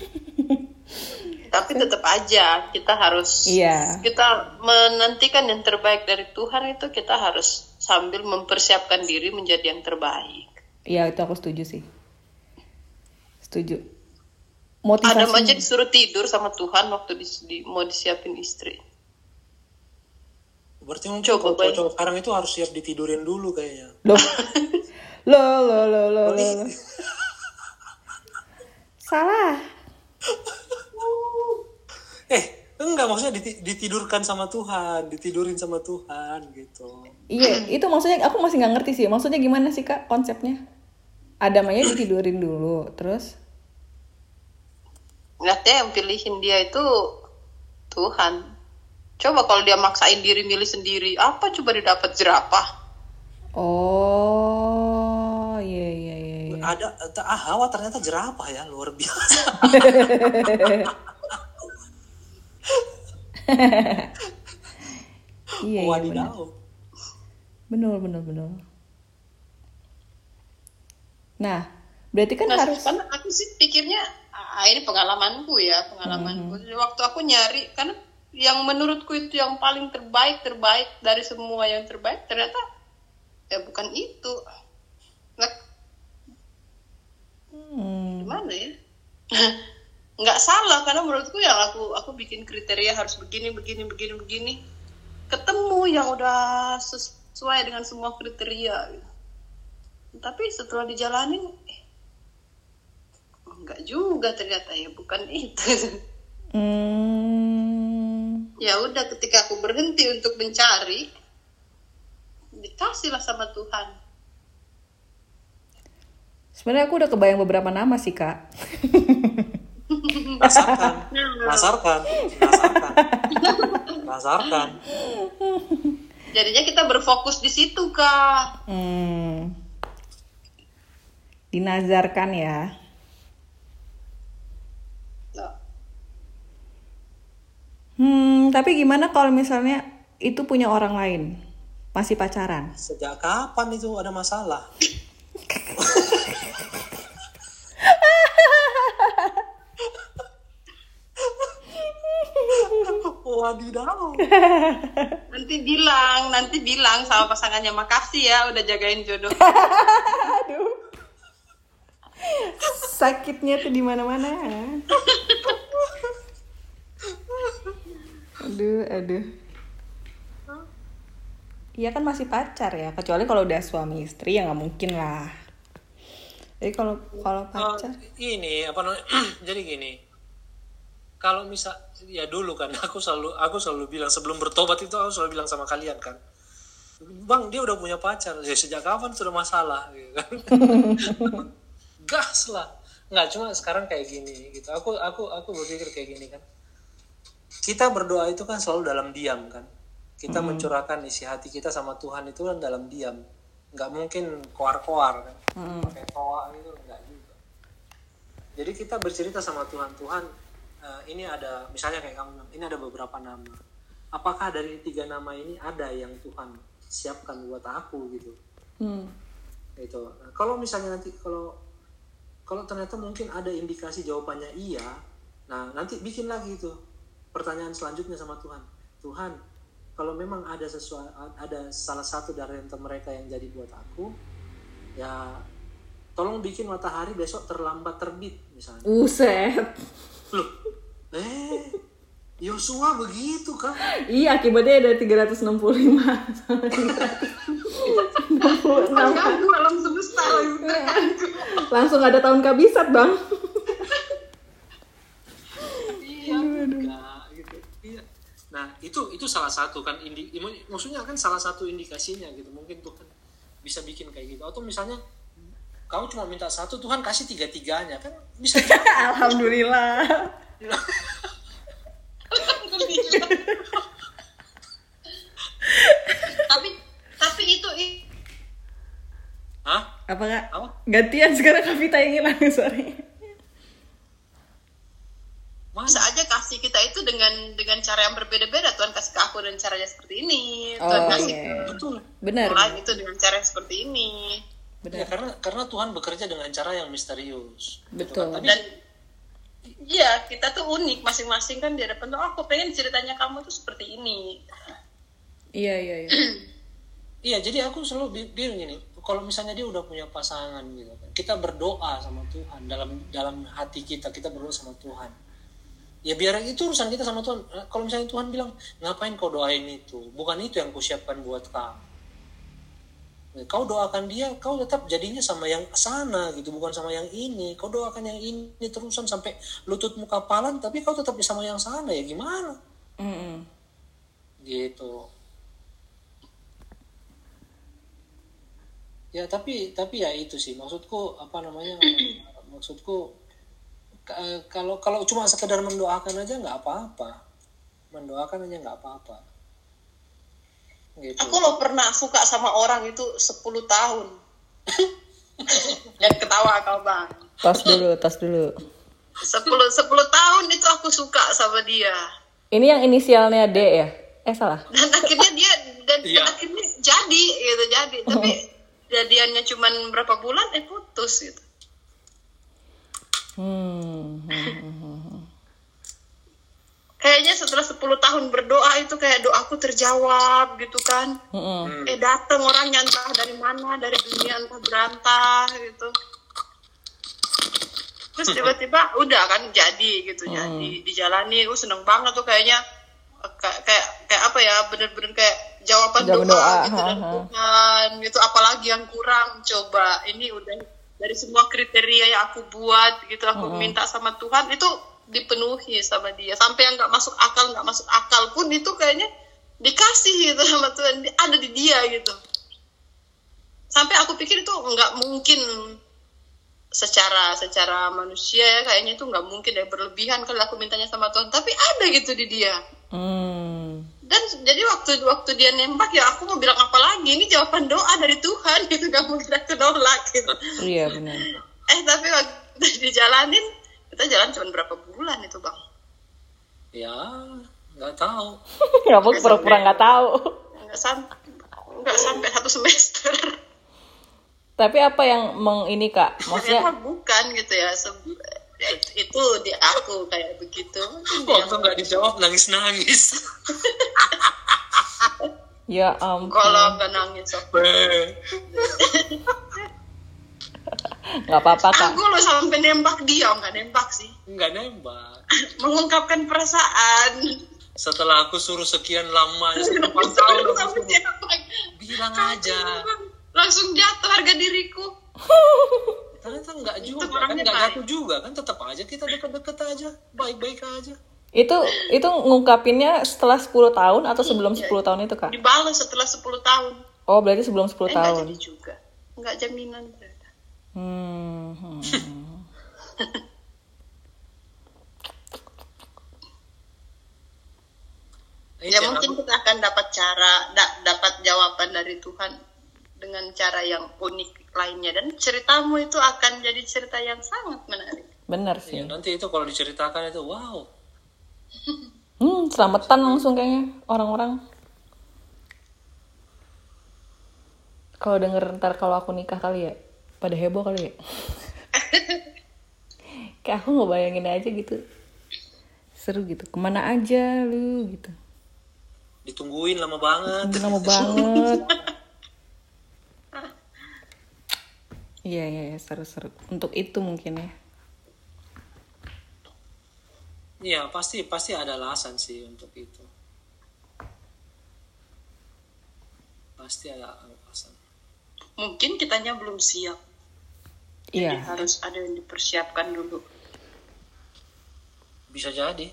Speaker 3: Tapi tetap aja kita harus,
Speaker 1: Iya.
Speaker 3: kita menantikan yang terbaik dari Tuhan itu kita harus sambil mempersiapkan diri menjadi yang terbaik.
Speaker 1: Iya, itu aku setuju sih. Setuju.
Speaker 3: Adam aja
Speaker 1: Motivasi.
Speaker 3: disuruh tidur sama Tuhan waktu di, di, mau disiapin istri.
Speaker 2: Berarti mungkin
Speaker 3: Coba,
Speaker 2: kalau cowok sekarang itu harus siap ditidurin dulu kayaknya.
Speaker 1: Loh. Loh, loh, loh, loh, loh, loh. Salah.
Speaker 2: Eh, enggak maksudnya diti- ditidurkan sama Tuhan, ditidurin sama Tuhan gitu.
Speaker 1: Iya, itu maksudnya aku masih nggak ngerti sih. Maksudnya gimana sih Kak konsepnya? Adam aja ditidurin dulu, terus?
Speaker 3: Ngatnya yang pilihin dia itu Tuhan. Coba kalau dia maksain diri milih sendiri, apa coba dia dapat jerapah?
Speaker 1: Oh, iya, iya, iya. iya.
Speaker 2: Ada ah Hawa ternyata jerapah ya, luar biasa.
Speaker 1: Iya, iya, benar.
Speaker 2: Wadidaw.
Speaker 1: Benar, benar, benar. Nah, berarti kan
Speaker 3: Nah,
Speaker 1: harus.
Speaker 3: kan aku sih pikirnya, ah, ini pengalamanku ya, pengalamanku.
Speaker 1: Mm-hmm.
Speaker 3: Waktu aku nyari, karena yang menurutku itu yang paling terbaik, terbaik dari semua yang terbaik, ternyata ya bukan itu. Nggak,
Speaker 1: Hmm.
Speaker 3: gimana ya? Nggak salah, karena menurutku yang aku aku bikin kriteria harus begini, begini, begini, begini. Ketemu yang udah sesuai dengan semua kriteria. Tapi setelah dijalanin, eh, enggak juga ternyata ya, bukan itu.
Speaker 1: Hmm.
Speaker 3: Ya udah, ketika aku berhenti untuk mencari, dikasihlah sama Tuhan.
Speaker 1: Sebenarnya aku udah kebayang beberapa nama sih, Kak.
Speaker 5: Nasarkan, nasarkan, nasarkan, nasarkan.
Speaker 3: Jadinya kita berfokus di situ, Kak.
Speaker 1: Hmm. Dinazarkan ya. Hmm, tapi gimana kalau misalnya itu punya orang lain? Masih pacaran?
Speaker 5: Sejak kapan itu ada masalah? Wadidaw.
Speaker 3: Nanti bilang, nanti bilang sama pasangannya, makasih ya udah jagain jodoh.
Speaker 1: Aduh. Sakitnya tuh di mana-mana. Aduh, aduh. Iya kan masih pacar ya, kecuali kalau udah suami istri ya nggak mungkin lah. Jadi kalau kalau pacar,
Speaker 2: Oh, ini apa namanya? Jadi gini, kalau misal ya dulu kan aku selalu aku selalu bilang sebelum bertobat itu aku selalu bilang sama kalian kan, Bang dia udah punya pacar, ya sejak kapan sudah masalah gitu kan? Gas lah, nggak cuma sekarang kayak gini gitu. Aku aku aku berpikir kayak gini kan, kita berdoa itu kan selalu dalam diam kan. Kita hmm. mencurahkan isi hati kita sama Tuhan itu kan dalam diam, nggak mungkin koar-koar kan, hmm. pakai toa gitu nggak juga. Jadi kita bercerita sama Tuhan, Tuhan uh, ini ada misalnya kayak kamu, ini ada beberapa nama. Apakah dari tiga nama ini ada yang Tuhan siapkan buat aku gitu? Hmm. Gitu. Nah, kalau misalnya nanti kalau kalau ternyata mungkin ada indikasi jawabannya iya, nah nanti bikin lagi itu pertanyaan selanjutnya sama Tuhan. Tuhan, kalau memang ada sesuatu, ada salah satu dari antara mereka yang jadi buat aku, ya tolong bikin matahari besok terlambat terbit misalnya.
Speaker 1: Uset.
Speaker 2: Loh, eh, Yosua begitu kan?
Speaker 1: Iya, akibatnya ada tiga ratus enam puluh lima sama tiga ratus enam puluh enam.
Speaker 3: Ganggu alam semesta.
Speaker 1: Langsung ada tahun kabisat, Bang.
Speaker 2: Iya, enggak gitu. Iya. Nah, itu itu salah satu kan indi, maksudnya kan salah satu indikasinya gitu. Mungkin Tuhan bisa bikin kayak gitu. Atau misalnya kamu cuma minta satu, Tuhan kasih tiga-tiganya kan bisa.
Speaker 1: Alhamdulillah.
Speaker 3: tapi tapi itu
Speaker 2: Hah?
Speaker 1: Apa Kak?
Speaker 2: Apa?
Speaker 1: Gantian sekarang Kavita yang hilang suaranya.
Speaker 3: Bisa aja kasih kita itu dengan dengan cara yang berbeda-beda. Tuhan kasih ke aku dengan caranya seperti ini. Tuhan
Speaker 1: Oh,
Speaker 3: kasih
Speaker 1: iya.
Speaker 3: ke
Speaker 2: Betul.
Speaker 1: Benar.
Speaker 3: orang itu dengan cara yang seperti ini.
Speaker 1: Benar.
Speaker 2: Ya, karena karena Tuhan bekerja dengan cara yang misterius.
Speaker 1: Betul.
Speaker 2: Gitu kan. Tapi
Speaker 3: Dan iya, kita tuh unik masing-masing kan di hadapan Tuhan. Oh, aku pengen ceritanya kamu tuh seperti ini.
Speaker 1: Iya, iya, iya.
Speaker 2: iya, jadi aku selalu bi- bilang gini, kalau misalnya dia udah punya pasangan gitu kan, kita berdoa sama Tuhan dalam dalam hati kita, kita berdoa sama Tuhan. Ya biar itu urusan kita sama Tuhan. Kalau misalnya Tuhan bilang, ngapain kau doain itu? Bukan itu yang kusiapkan buat kamu. Kau doakan dia, kau tetap jadinya sama yang sana gitu, bukan sama yang ini. Kau doakan yang ini terusan sampai lututmu kapalan, tapi kau tetap sama yang sana, ya gimana?
Speaker 1: Mm-mm.
Speaker 2: Gitu. Ya tapi tapi ya itu sih maksudku, apa namanya, maksudku k- kalau kalau cuma sekedar mendoakan aja nggak apa-apa, mendoakan aja nggak apa-apa. Gitu.
Speaker 3: Aku lo pernah suka sama orang itu sepuluh tahun. Jangan ketawa kau Bang.
Speaker 1: Tos dulu, tos dulu.
Speaker 3: sepuluh sepuluh tahun itu aku suka sama dia.
Speaker 1: Ini yang inisialnya D ya? Eh salah.
Speaker 3: Dan akhirnya dia dan,
Speaker 2: Iya.
Speaker 3: dan akhirnya jadi gitu jadi. Tapi jadiannya cuman berapa bulan eh putus gitu.
Speaker 1: Hmm. hmm, hmm, hmm.
Speaker 3: Kayaknya setelah sepuluh tahun berdoa itu kayak doaku terjawab gitu kan.
Speaker 1: Hmm.
Speaker 3: Eh datang orangnya entah dari mana, dari dunia entah berantah gitu. Terus tiba-tiba udah kan jadi gitu,
Speaker 1: Hmm.
Speaker 3: jadi dijalani. Gue seneng banget tuh kayaknya kayak kayak kayak apa ya, bener-bener kayak jawaban
Speaker 1: Jawaban
Speaker 3: doa,
Speaker 1: doa,
Speaker 3: gitu
Speaker 1: ha,
Speaker 3: dari
Speaker 1: ha.
Speaker 3: Tuhan gitu. Apalagi yang kurang, coba ini udah dari semua kriteria yang aku buat gitu, aku
Speaker 1: Hmm.
Speaker 3: minta sama Tuhan itu dipenuhi sama dia. Sampai yang nggak masuk akal nggak masuk akal pun itu kayaknya dikasih gitu sama Tuhan, ada di dia gitu. sampai aku pikir itu nggak mungkin secara secara manusia ya, kayaknya itu nggak mungkin deh, berlebihan kalau aku mintanya sama Tuhan, tapi ada gitu di dia.
Speaker 1: Hmm.
Speaker 3: Dan jadi waktu waktu dia nembak ya aku mau bilang apa lagi, ini jawaban doa dari Tuhan gitu, gak mau kita nolak gitu.
Speaker 1: Iya benar.
Speaker 3: Eh tapi waktu dijalanin, kita jalan cuma berapa bulan itu bang?
Speaker 2: Ya nggak tahu.
Speaker 1: Nggak mau pura-pura nggak tahu.
Speaker 3: Nggak sampai nggak sampai satu semester.
Speaker 1: Tapi apa yang meng ini kak? Maksudnya
Speaker 3: Ternyata bukan gitu ya. Se- itu di aku kayak begitu.
Speaker 2: Waktu nggak dijawab nangis-nangis.
Speaker 1: ya ampun.
Speaker 3: Kalau nggak nangis, so.
Speaker 1: Nggak apa-apa kak.
Speaker 3: Aku lo sampai nembak dia, nggak nembak sih.
Speaker 2: Nggak nembak.
Speaker 3: Mengungkapkan perasaan.
Speaker 2: Setelah aku suruh sekian lama, sepuluh tahun, aku
Speaker 3: Sampai
Speaker 2: suruh,
Speaker 3: nembak.
Speaker 2: bilang aja.
Speaker 3: Langsung jatuh harga diriku.
Speaker 2: Ternyata nggak
Speaker 3: Itu
Speaker 2: juga, kan
Speaker 3: orangnya
Speaker 2: nggak
Speaker 3: baik.
Speaker 2: jatuh juga, kan tetap aja kita deket-deket aja, baik-baik aja.
Speaker 1: Itu itu ngungkapinnya setelah sepuluh tahun atau sebelum sepuluh tahun itu kak?
Speaker 3: Dibalas setelah sepuluh tahun.
Speaker 1: Oh berarti sebelum sepuluh
Speaker 3: Eh, nggak
Speaker 1: tahun.
Speaker 3: jadi juga. Nggak jaminan ternyata.
Speaker 1: Hmm. hmm.
Speaker 2: Eh,
Speaker 3: Ya
Speaker 2: jangan-
Speaker 3: mungkin kita akan dapat cara, da- dapat jawaban dari Tuhan dengan cara yang unik lainnya. Dan ceritamu itu akan jadi cerita yang sangat menarik.
Speaker 1: Bener
Speaker 2: Ya,
Speaker 1: sih.
Speaker 2: nanti itu kalau diceritakan itu wow.
Speaker 1: Hmm, selamatan langsung kayaknya orang-orang. Kalau denger ntar kalau aku nikah kali ya, pada heboh kali ya. Kayak aku ngebayangin aja gitu. Seru gitu. Kemana aja lu gitu.
Speaker 2: Ditungguin lama banget.
Speaker 1: Lama banget. Iya, iya, iya, seru-seru. Untuk itu mungkin ya.
Speaker 2: Iya pasti pasti ada alasan sih untuk itu. Pasti ada alasan.
Speaker 3: Mungkin kitanya belum siap. Jadi
Speaker 1: Iya.
Speaker 3: harus ada yang dipersiapkan dulu.
Speaker 2: Bisa jadi.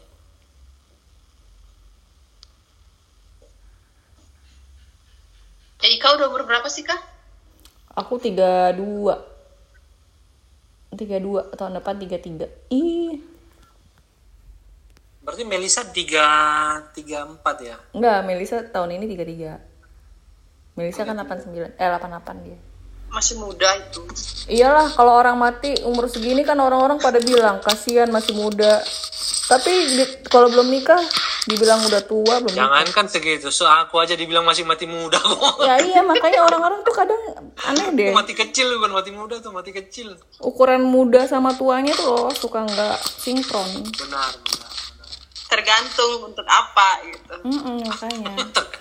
Speaker 3: Ya Ika udah umur berapa sih Kak?
Speaker 1: Aku tiga puluh dua. tiga puluh dua tahun depan tiga puluh tiga. Ih.
Speaker 2: Berarti Melisa tiga tiga empat ya?
Speaker 1: Enggak, Melisa tahun ini tiga puluh tiga. Melisa kan delapan puluh sembilan. Eh delapan puluh delapan dia.
Speaker 3: Masih muda itu.
Speaker 1: Iyalah, kalau orang mati umur segini kan orang-orang pada bilang kasihan masih muda. Tapi di- kalau belum nikah dibilang udah tua belum nikah.
Speaker 2: Jangankan segitu, so aku aja dibilang masih mati muda kok.
Speaker 1: Ya iya, makanya orang-orang tuh kadang aneh deh.
Speaker 2: Mati kecil bukan mati muda tuh, mati kecil.
Speaker 1: Ukuran muda sama tuanya tuh loh suka nggak sinkron.
Speaker 2: Benar, benar, benar.
Speaker 3: Tergantung untuk apa gitu.
Speaker 1: Mm-mm, makanya.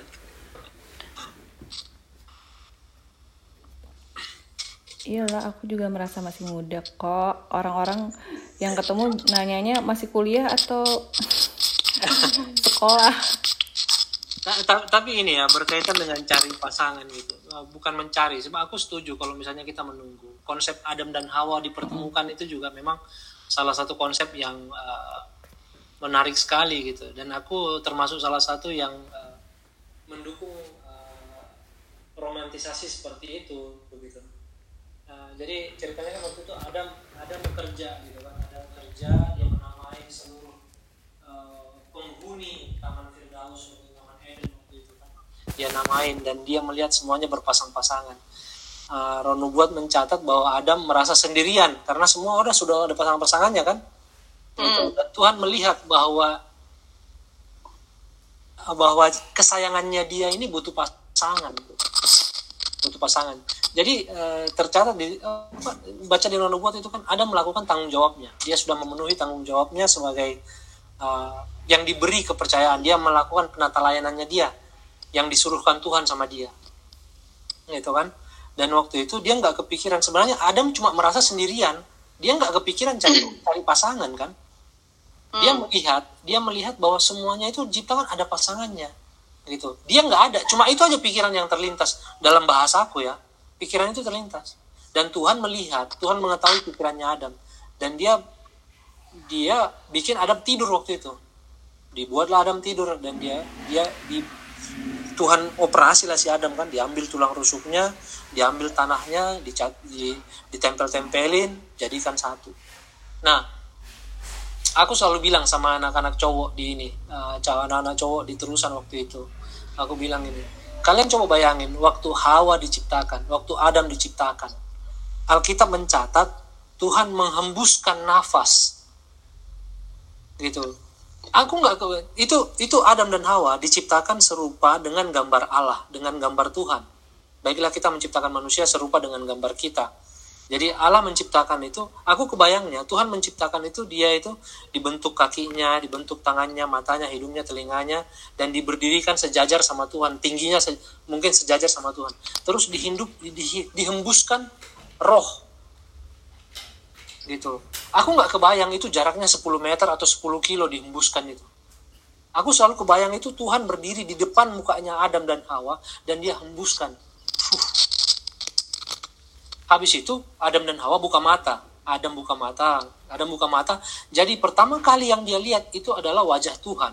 Speaker 1: Iyalah, aku juga merasa masih muda kok. Orang-orang yang ketemu nanyanya masih kuliah atau sekolah.
Speaker 2: Ta- ta- Tapi ini ya berkaitan dengan cari pasangan gitu. Uh, Bukan mencari, sebab aku setuju kalau misalnya kita menunggu. Konsep Adam dan Hawa dipertemukan itu juga memang salah satu konsep yang uh, menarik sekali gitu. Dan aku termasuk salah satu yang uh, mendukung uh, romantisasi seperti itu begitu. Uh, jadi ceritanya kan waktu itu Adam Adam bekerja gitu kan, Adam bekerja, dia menamai seluruh uh, penghuni Taman Firdaus, Taman Eden waktu itu kan. Dia namain dan dia melihat semuanya berpasang-pasangan. Uh, Ron Nubuat mencatat bahwa Adam merasa sendirian karena semua orang sudah ada pasangan-pasangannya kan.
Speaker 3: Hmm.
Speaker 2: Dan Tuhan melihat bahwa bahwa kesayangannya dia ini butuh pasangan, butuh pasangan. Jadi eh, tercatat di eh, apa, baca di Ron Nubuat itu kan Adam melakukan tanggung jawabnya. Dia sudah memenuhi tanggung jawabnya sebagai eh, yang diberi kepercayaan. Dia melakukan penata layanannya dia yang disuruhkan Tuhan sama dia, gitu kan. Dan waktu itu dia nggak kepikiran, sebenarnya Adam cuma merasa sendirian. Dia nggak kepikiran cari cari pasangan kan. Dia melihat, dia melihat bahwa semuanya itu diciptakan ada pasangannya, gitu. Dia nggak ada, cuma itu aja pikiran yang terlintas dalam bahasaku ya. Pikiran itu terlintas. Dan Tuhan melihat, Tuhan mengetahui pikirannya Adam. Dan dia dia bikin Adam tidur waktu itu. Dibuatlah Adam tidur dan dia dia di Tuhan operasi lah si Adam kan, diambil tulang rusuknya, diambil tanahnya, dicat, di, ditempel-tempelin, jadikan satu. Nah, aku selalu bilang sama anak-anak cowok di ini, uh, anak-anak cowok di terusan waktu itu, aku bilang ini, kalian coba bayangin waktu Hawa diciptakan, waktu Adam diciptakan, Alkitab mencatat Tuhan menghembuskan nafas, gitu. Aku nggak itu itu Adam dan Hawa diciptakan serupa dengan gambar Allah, dengan gambar Tuhan. Baiklah kita menciptakan manusia serupa dengan gambar kita. Jadi Allah menciptakan itu, aku kebayangnya Tuhan menciptakan itu, dia itu dibentuk kakinya, dibentuk tangannya, matanya, hidungnya, telinganya, dan diberdirikan sejajar sama Tuhan, tingginya se, mungkin sejajar sama Tuhan. Terus dihindup, di, di, dihembuskan roh, gitu. Aku nggak kebayang itu jaraknya sepuluh meter atau sepuluh kilo dihembuskan itu. Aku selalu kebayang itu Tuhan berdiri di depan mukanya Adam dan Hawa, dan dia hembuskan. Fuh. Habis itu Adam dan Hawa buka mata. Adam buka mata. Adam buka mata. Jadi pertama kali yang dia lihat itu adalah wajah Tuhan.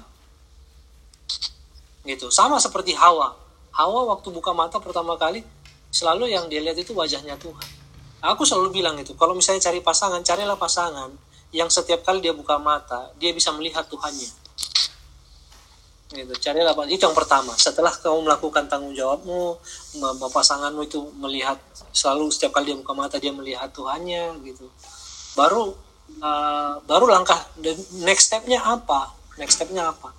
Speaker 2: Gitu. Sama seperti Hawa. Hawa waktu buka mata pertama kali selalu yang dia lihat itu wajahnya Tuhan. Aku selalu bilang itu. Kalau misalnya cari pasangan, carilah pasangan yang setiap kali dia buka mata dia bisa melihat Tuhannya. Gitu. Carilah, itu yang pertama. Setelah kamu melakukan tanggung jawabmu, pasanganmu itu melihat selalu setiap kali dia buka mata dia melihat Tuhannya, gitu. Baru uh, baru langkah next stepnya apa? Next stepnya apa?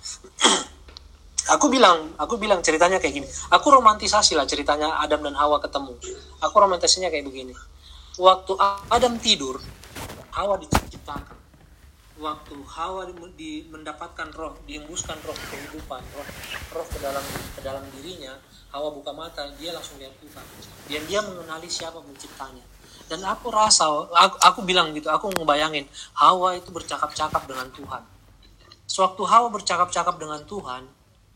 Speaker 2: aku bilang, aku bilang ceritanya kayak gini. Aku romantisasi lah ceritanya Adam dan Hawa ketemu. Aku romantisasinya kayak begini. Waktu Adam tidur, Hawa diciptakan. Waktu Hawa di, mendapatkan roh, diembuskan roh kehidupan, roh, roh ke dalam ke dalam dirinya, Hawa buka mata, dia langsung lihat Tuhan. Dan dia mengenali siapa penciptanya. Dan aku rasa, aku, aku bilang gitu, aku ngebayangin Hawa itu bercakap-cakap dengan Tuhan. Sewaktu Hawa bercakap-cakap dengan Tuhan,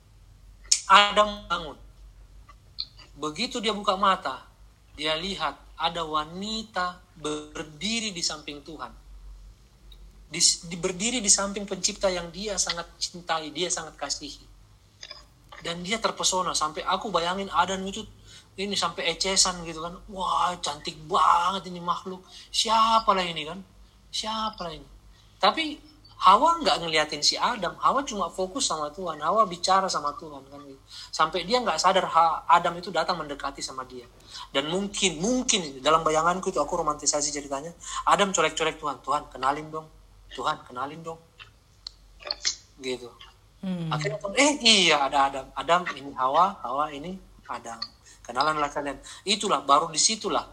Speaker 2: Adam bangun. Begitu dia buka mata, dia lihat ada wanita berdiri di samping Tuhan. Di, di, berdiri di samping pencipta yang dia sangat cintai, dia sangat kasihi. Dan dia terpesona, sampai aku bayangin Adam itu ini sampai ecesan gitu kan. Wah, cantik banget ini makhluk. Siapa lah ini kan? Siapa lah ini? Tapi Hawa nggak ngeliatin si Adam. Hawa cuma fokus sama Tuhan. Hawa bicara sama Tuhan kan gitu. Sampai dia nggak sadar Adam itu datang mendekati sama dia. Dan mungkin, mungkin dalam bayanganku itu aku romantisasi ceritanya. Adam colek-colek Tuhan. Tuhan, kenalin dong. Tuhan, kenalin dong. Gitu. Hmm. Akhirnya, eh iya ada Adam. Adam ini Hawa, Hawa ini Adam. Kenalanlah kalian. Itulah, baru disitulah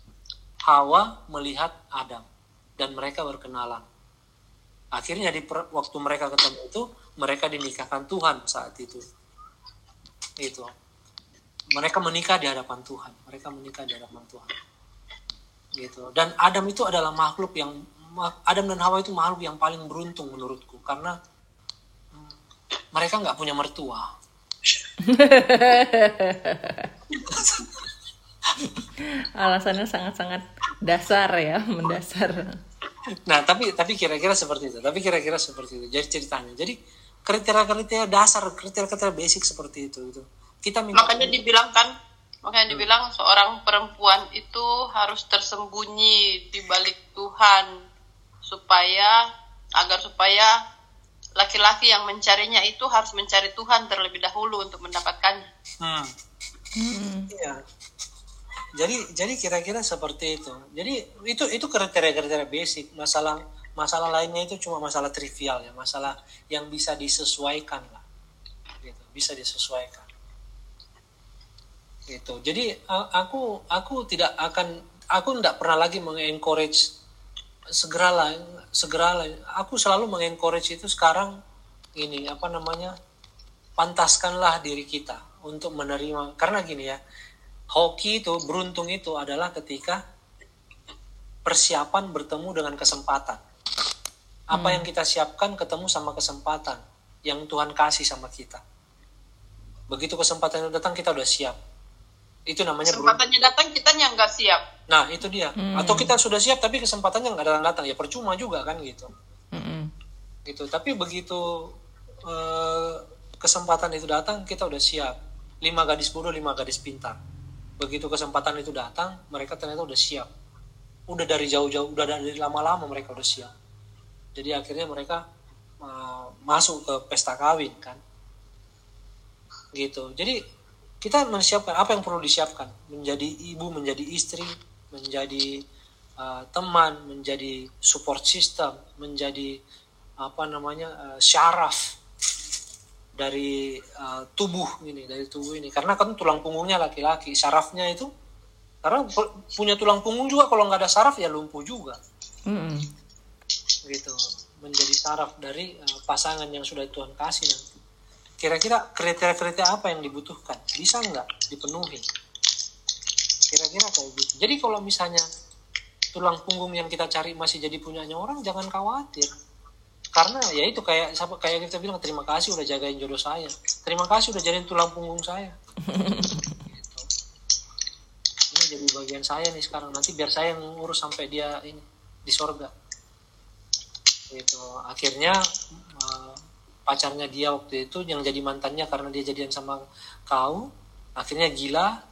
Speaker 2: Hawa melihat Adam. Dan mereka berkenalan. Akhirnya di per, waktu mereka ketemu itu, mereka dinikahkan Tuhan saat itu. Itu. Mereka menikah di hadapan Tuhan. Mereka menikah di hadapan Tuhan. Gitu. Dan Adam itu adalah makhluk yang Adam dan Hawa itu makhluk yang paling beruntung menurutku, karena hmm, mereka nggak punya mertua.
Speaker 1: Alasannya sangat-sangat dasar ya, mendasar.
Speaker 2: Nah, tapi tapi kira-kira seperti itu. Tapi kira-kira seperti itu. Jadi ceritanya. Jadi kriteria-kriteria dasar, kriteria-kriteria basic seperti itu. Itu. Kita minta
Speaker 3: makanya dibilang kan, makanya dibilang seorang perempuan itu harus tersembunyi di balik Tuhan. supaya agar supaya laki-laki yang mencarinya itu harus mencari Tuhan terlebih dahulu untuk mendapatkannya.
Speaker 2: Hmm. Hmm. Iya. Jadi jadi kira-kira seperti itu. Jadi itu itu kriteria-kriteria basic. Masalah masalah lainnya itu cuma masalah trivial ya, masalah yang bisa disesuaikan lah. Gitu, bisa disesuaikan. Gitu. Jadi aku aku tidak akan aku tidak pernah lagi mengencourage segeralah segeralah aku selalu mengencourage itu sekarang ini apa namanya pantaskanlah diri kita untuk menerima, karena gini ya, hoki itu beruntung itu adalah ketika persiapan bertemu dengan kesempatan. Apa hmm. yang kita siapkan ketemu sama kesempatan yang Tuhan kasih sama kita. Begitu kesempatan itu datang kita udah siap. Itu namanya
Speaker 3: kesempatannya beruntung. Datang kitanya nggak siap.
Speaker 2: Nah itu dia. Hmm. Atau kita sudah siap tapi kesempatannya nggak datang-datang, ya percuma juga kan gitu. Hmm. Gitu. Tapi begitu uh, kesempatan itu datang kita udah siap. Lima gadis bodoh, lima gadis pintar. Begitu kesempatan itu datang, mereka ternyata udah siap. Udah dari jauh-jauh, udah dari lama-lama mereka udah siap. Jadi akhirnya mereka uh, masuk ke pesta kawin kan. Gitu. Jadi kita menyiapkan apa yang perlu disiapkan. Menjadi ibu, menjadi istri, menjadi uh, teman, menjadi support system, menjadi apa namanya uh, syaraf dari uh, tubuh ini, dari tubuh ini. Karena kan tulang punggungnya laki-laki, syarafnya itu karena punya tulang punggung juga kalau nggak ada saraf ya lumpuh juga. Mm-hmm. Gitu, menjadi saraf dari uh, pasangan yang sudah Tuhan kasih nanti. Kira-kira kriteria-kriteria apa yang dibutuhkan? Bisa nggak dipenuhi? Kira-kira kayak gitu. Jadi kalau misalnya tulang punggung yang kita cari masih jadi punyanya orang, jangan khawatir. Karena ya itu kayak kayak kita bilang terima kasih udah jagain jodoh saya. Terima kasih udah jadiin tulang punggung saya. Gitu. Ini jadi bagian saya nih sekarang. Nanti biar saya yang ngurus sampai dia ini di sorga. Gitu. Akhirnya uh, pacarnya dia waktu itu yang jadi mantannya karena dia jadian sama kau, akhirnya gila.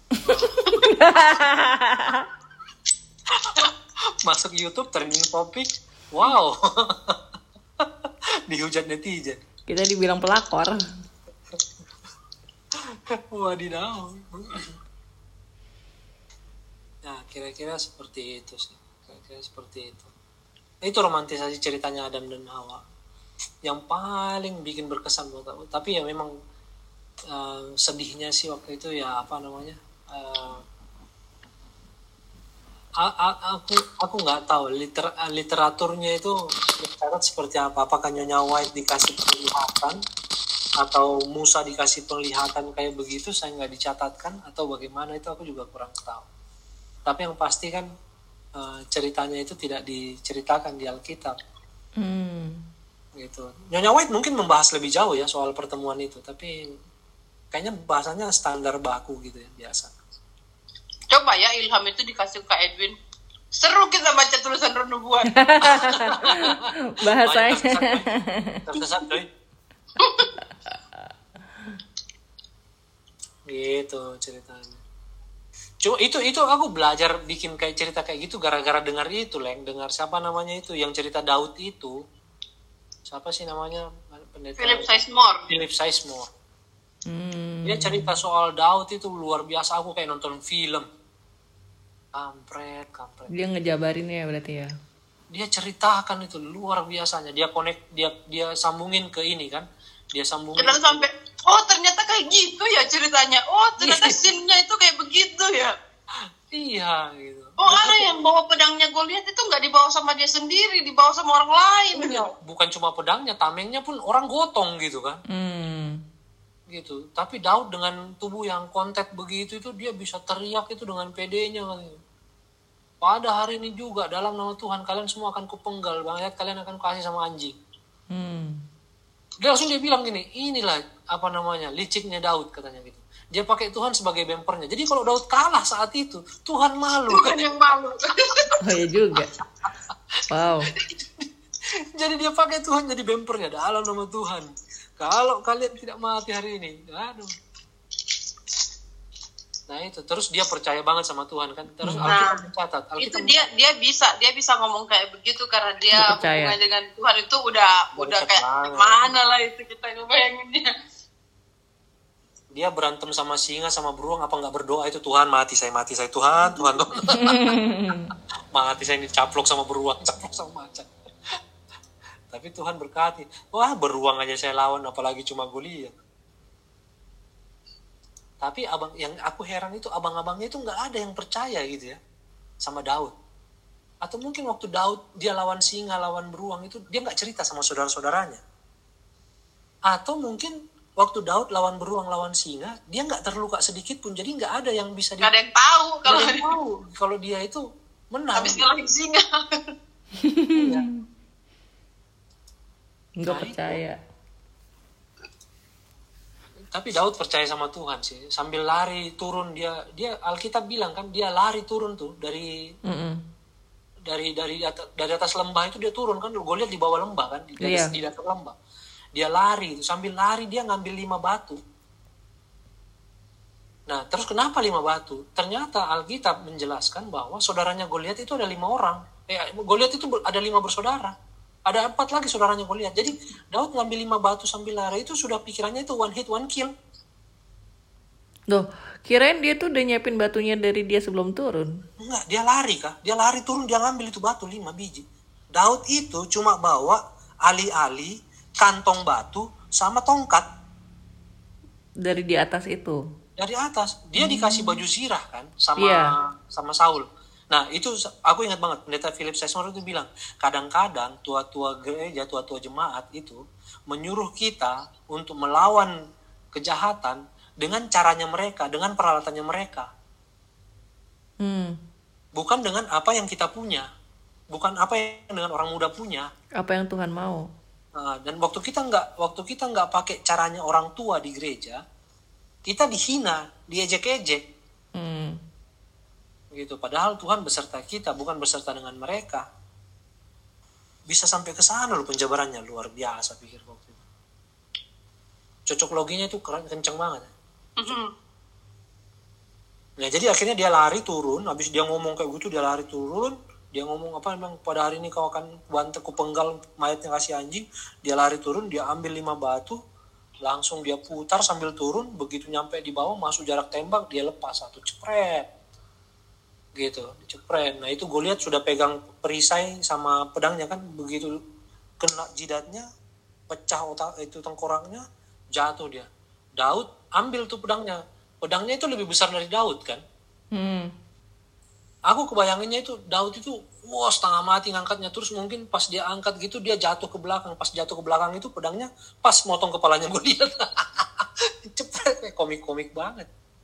Speaker 2: Masuk YouTube trending topik. Wow. Dihujat netizen.
Speaker 1: Kita dibilang pelakor.
Speaker 2: Wadidaw. Nah, kira-kira seperti itu sih. Kira-kira seperti itu. Itu romantisasi ceritanya Adam dan Hawa. Yang paling bikin berkesan buat aku. Tapi ya memang uh, sedihnya sih waktu itu ya apa namanya? Uh, aku aku nggak tahu liter, literaturnya itu dicatat seperti apa. Apakah Nyonya White dikasih penglihatan atau Musa dikasih penglihatan kayak begitu, saya nggak dicatatkan atau bagaimana, itu aku juga kurang tahu. Tapi yang pasti kan uh, ceritanya itu tidak diceritakan di Alkitab. Hmm. Gitu. Nyonya White mungkin membahas lebih jauh ya soal pertemuan itu, tapi kayaknya bahasanya standar baku gitu ya, biasa.
Speaker 3: Coba ya Ilham itu dikasih ke Edwin. Seru kita baca tulisan Nubuat.
Speaker 1: Bahasanya.
Speaker 2: Tersesat doi. Gitu ceritanya. Cuma itu itu aku belajar bikin kayak cerita kayak gitu gara-gara dengar itu, Leng. Dengar siapa namanya itu yang cerita Daud itu. Siapa sih namanya? Pendeta
Speaker 3: Philip Sizemore.
Speaker 2: Philip Sizemore.
Speaker 1: Hmm.
Speaker 2: Dia cerita soal Daud itu luar biasa, aku kayak nonton film. Kampret, kampret.
Speaker 1: Dia ngejabarin ya berarti ya.
Speaker 2: Dia ceritakan itu luar biasanya. Dia connect, dia dia sambungin ke ini kan. Dia sambungin.
Speaker 3: Jangan sampai, oh ternyata kayak gitu ya ceritanya. Oh ternyata scene-nya itu kayak begitu ya.
Speaker 2: Iya gitu.
Speaker 3: Oh ada yang bawa pedangnya Goliat itu nggak dibawa sama dia sendiri, dibawa sama orang lain.
Speaker 2: Iya, bukan cuma pedangnya, tamengnya pun orang gotong gitu kan.
Speaker 1: Hmm.
Speaker 2: Gitu. Tapi Daud dengan tubuh yang kontak begitu itu dia bisa teriak itu dengan pedenya kan. Pada hari ini juga dalam nama Tuhan kalian semua akan kupenggal, banget kalian akan kasih sama anjing. Hmm. Dia langsung dia bilang gini, inilah apa namanya liciknya Daud katanya gitu. Dia pakai Tuhan sebagai bempernya. Jadi kalau Daud kalah saat itu, Tuhan malu.
Speaker 3: Tuhan yang malu.
Speaker 1: Oh iya juga. Wow.
Speaker 2: Jadi dia pakai Tuhan jadi bempernya dalam nama Tuhan. Kalau kalian tidak mati hari ini, aduh. Nah itu, terus dia percaya banget sama Tuhan kan. Terus
Speaker 3: nah,
Speaker 2: Alkitab mencatat. Alkitab
Speaker 3: itu dia dia bisa dia bisa ngomong kayak begitu karena dia hubungan dengan Tuhan itu udah Berkat udah kayak banget. Mana lah itu kita ngebayangin dia.
Speaker 2: Dia berantem sama singa sama beruang apa nggak berdoa itu Tuhan mati saya mati saya Tuhan Tuhan Tuhan. Mati saya dicaplok sama beruang caplok sama macan. Tapi Tuhan berkati. Wah beruang aja saya lawan apalagi cuma Goliat. Tapi abang yang aku heran itu abang-abangnya itu nggak ada yang percaya gitu ya sama Daud. Atau mungkin waktu Daud dia lawan singa, lawan beruang itu dia nggak cerita sama saudara-saudaranya. Atau mungkin waktu Daud lawan beruang, lawan singa, dia nggak terluka sedikit pun. Jadi nggak ada yang bisa.
Speaker 3: Nggak ada yang tahu kalau
Speaker 2: yang tahu kalau dia itu menang.
Speaker 3: Habis ngalahin singa.
Speaker 2: Iya.
Speaker 1: Nggak nah, percaya. Itu.
Speaker 2: Tapi Daud percaya sama Tuhan sih. Sambil lari turun dia, dia Alkitab bilang kan dia lari turun tuh dari mm-hmm. dari dari atas, dari atas lembah itu dia turun kan. Goliat di bawah lembah kan, di, yeah. di atas lembah. Dia lari, sambil lari dia ngambil lima batu. Nah, terus kenapa lima batu? Ternyata Alkitab menjelaskan bahwa saudaranya Goliat itu ada lima orang. Eh, Goliat itu ada lima bersaudara. Ada empat lagi saudaranya Goliat. Jadi Daud ngambil lima batu sambil lari itu sudah pikirannya itu one hit one kill.
Speaker 1: Loh, kirain dia tuh udah nyiapin batunya dari dia sebelum turun.
Speaker 2: Enggak, dia lari kah? Dia lari turun, dia ngambil itu batu lima biji. Daud itu cuma bawa ali-ali, kantong batu, sama tongkat.
Speaker 1: Dari di atas itu.
Speaker 2: Dari atas. Dia hmm. dikasih baju zirah kan sama
Speaker 1: yeah.
Speaker 2: sama Saul. Nah, itu aku ingat banget pendeta Philip Seymour itu bilang, kadang-kadang tua-tua gereja, tua-tua jemaat itu menyuruh kita untuk melawan kejahatan dengan caranya mereka, dengan peralatannya mereka.
Speaker 1: Hmm.
Speaker 2: Bukan dengan apa yang kita punya. Bukan apa yang dengan orang muda punya.
Speaker 1: Apa yang Tuhan mau.
Speaker 2: Nah, dan waktu kita nggak waktu kita nggak pakai caranya orang tua di gereja, kita dihina, diejek-ejek.
Speaker 1: Hmm.
Speaker 2: Gitu. Padahal Tuhan beserta kita, bukan beserta dengan mereka. Bisa sampai ke sana loh penjabarannya, luar biasa pikir waktu itu. Cocok loginya itu keren, kenceng banget.
Speaker 3: Mm-hmm.
Speaker 2: Nah, jadi akhirnya dia lari turun, habis dia ngomong kayak gitu dia lari turun, dia ngomong apa memang pada hari ini kau akan bantai ku penggal mayatnya kasih anjing. Dia lari turun, dia ambil lima batu, langsung dia putar sambil turun, begitu nyampe di bawah masuk jarak tembak dia lepas satu cepret gitu, cepret. Nah itu Goliat sudah pegang perisai sama pedangnya kan, begitu kena jidatnya pecah otak itu tengkoraknya, jatuh dia. Daud ambil tuh pedangnya, pedangnya itu lebih besar dari Daud kan.
Speaker 1: Hmm.
Speaker 2: Aku kebayanginnya itu Daud itu wah setengah mati ngangkatnya, terus mungkin pas dia angkat gitu dia jatuh ke belakang, pas jatuh ke belakang itu pedangnya pas motong kepalanya Goliat. Cepet kayak komik-komik banget.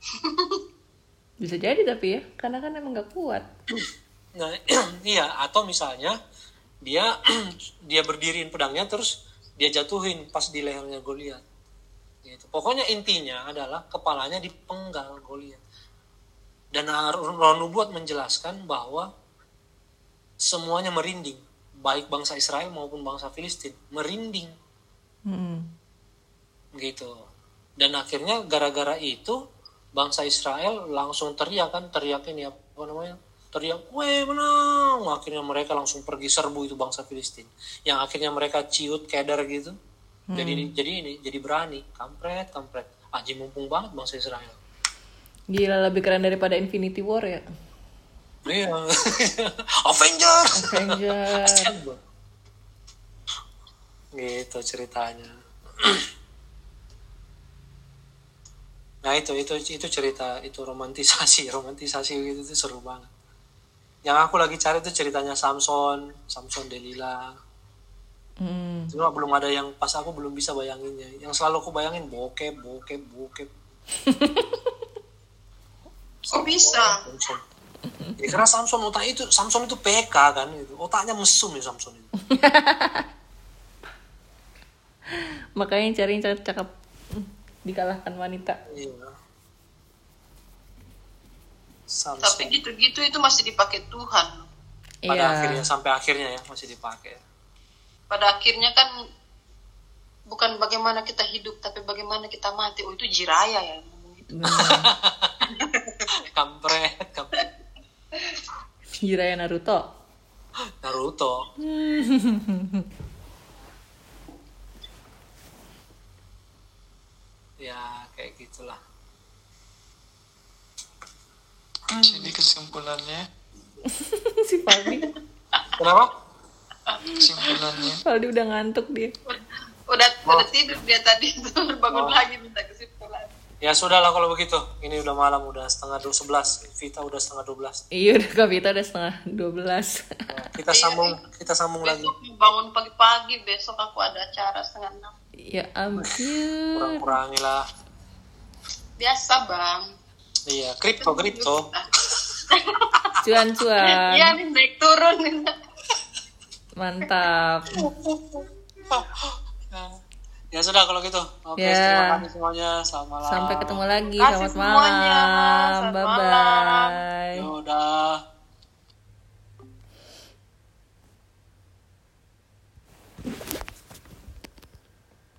Speaker 1: Bisa jadi tapi ya, karena kan emang gak kuat.
Speaker 2: Nah iya, atau misalnya dia dia berdiriin pedangnya terus dia jatuhin pas di lehernya Goliat. Gitu. Pokoknya intinya adalah kepalanya dipenggal Goliat. Dan Roh Nubuat menjelaskan bahwa semuanya merinding, baik bangsa Israel maupun bangsa Filistin merinding,
Speaker 1: hmm.
Speaker 2: gitu. Dan akhirnya gara-gara itu bangsa Israel langsung teriak kan, teriak ini apa namanya, teriak, weh menang. Akhirnya mereka langsung pergi serbu itu bangsa Filistin, yang akhirnya mereka ciut keder gitu. Hmm. Jadi jadi ini jadi berani, kampret kampret, aji mumpung banget bangsa Israel.
Speaker 1: Gila, lebih keren daripada Infinity War ya.
Speaker 2: Iya. Avenger.
Speaker 1: Avenger.
Speaker 2: Gitu ceritanya. Nah itu itu itu cerita itu romantisasi romantisasi gitu itu seru banget. Yang aku lagi cari itu ceritanya Samson, Samson Delila.
Speaker 1: Hmm.
Speaker 2: Cuma belum ada yang pas, aku belum bisa bayanginnya. Yang selalu aku bayangin bokep, bokep, bokep.
Speaker 3: Kok bisa?
Speaker 2: Samson. Ya, karena Samson otak itu, Samson itu P K kan, gitu. Otaknya mesum ya Samson itu.
Speaker 1: Makanya cari yang cakep dikalahkan wanita.
Speaker 2: Iya. Samson.
Speaker 3: Tapi gitu-gitu itu masih dipakai Tuhan.
Speaker 2: Pada
Speaker 1: Iya.
Speaker 2: akhirnya, sampai akhirnya ya masih dipakai.
Speaker 3: Pada akhirnya kan bukan bagaimana kita hidup, tapi bagaimana kita mati. Oh itu Jiraya ya ngomong gitu.
Speaker 2: Kampret, kampret.
Speaker 1: Jiraya Naruto.
Speaker 2: Naruto. Ya kayak gitulah.
Speaker 5: Jadi kesimpulannya,
Speaker 1: Si Faldi.
Speaker 2: Kenapa?
Speaker 5: kesimpulannya
Speaker 1: Faldi udah ngantuk dia.
Speaker 3: Udah udah tidur dia tadi tuh, bangun
Speaker 2: Oh.
Speaker 3: lagi minta kesimpulan.
Speaker 2: Ya sudahlah kalau begitu. Ini udah malam, udah setengah dua sebelas. Vita udah setengah dua belas.
Speaker 1: Iya, udah Kak Vita udah setengah dua belas.
Speaker 2: Nah, kita sambung, kita sambung lagi.
Speaker 3: Besok bangun pagi-pagi, besok aku ada acara setengah enam.
Speaker 1: Ya ampun.
Speaker 2: Kurang-kurangilah.
Speaker 3: Biasa bang.
Speaker 2: Iya, kripto, kripto.
Speaker 1: Cuan-cuan.
Speaker 3: Iya nih naik turun nih.
Speaker 1: Mantap.
Speaker 2: Ya sudah kalau gitu. Oke,
Speaker 1: Ya.
Speaker 2: terima kasih semuanya. Selamat malam.
Speaker 1: Sampai ketemu lagi.
Speaker 3: Kasih
Speaker 1: Selamat
Speaker 3: semuanya.
Speaker 1: malam.
Speaker 3: Selamat
Speaker 1: Bye
Speaker 3: malam.
Speaker 1: bye.
Speaker 2: Ya udah.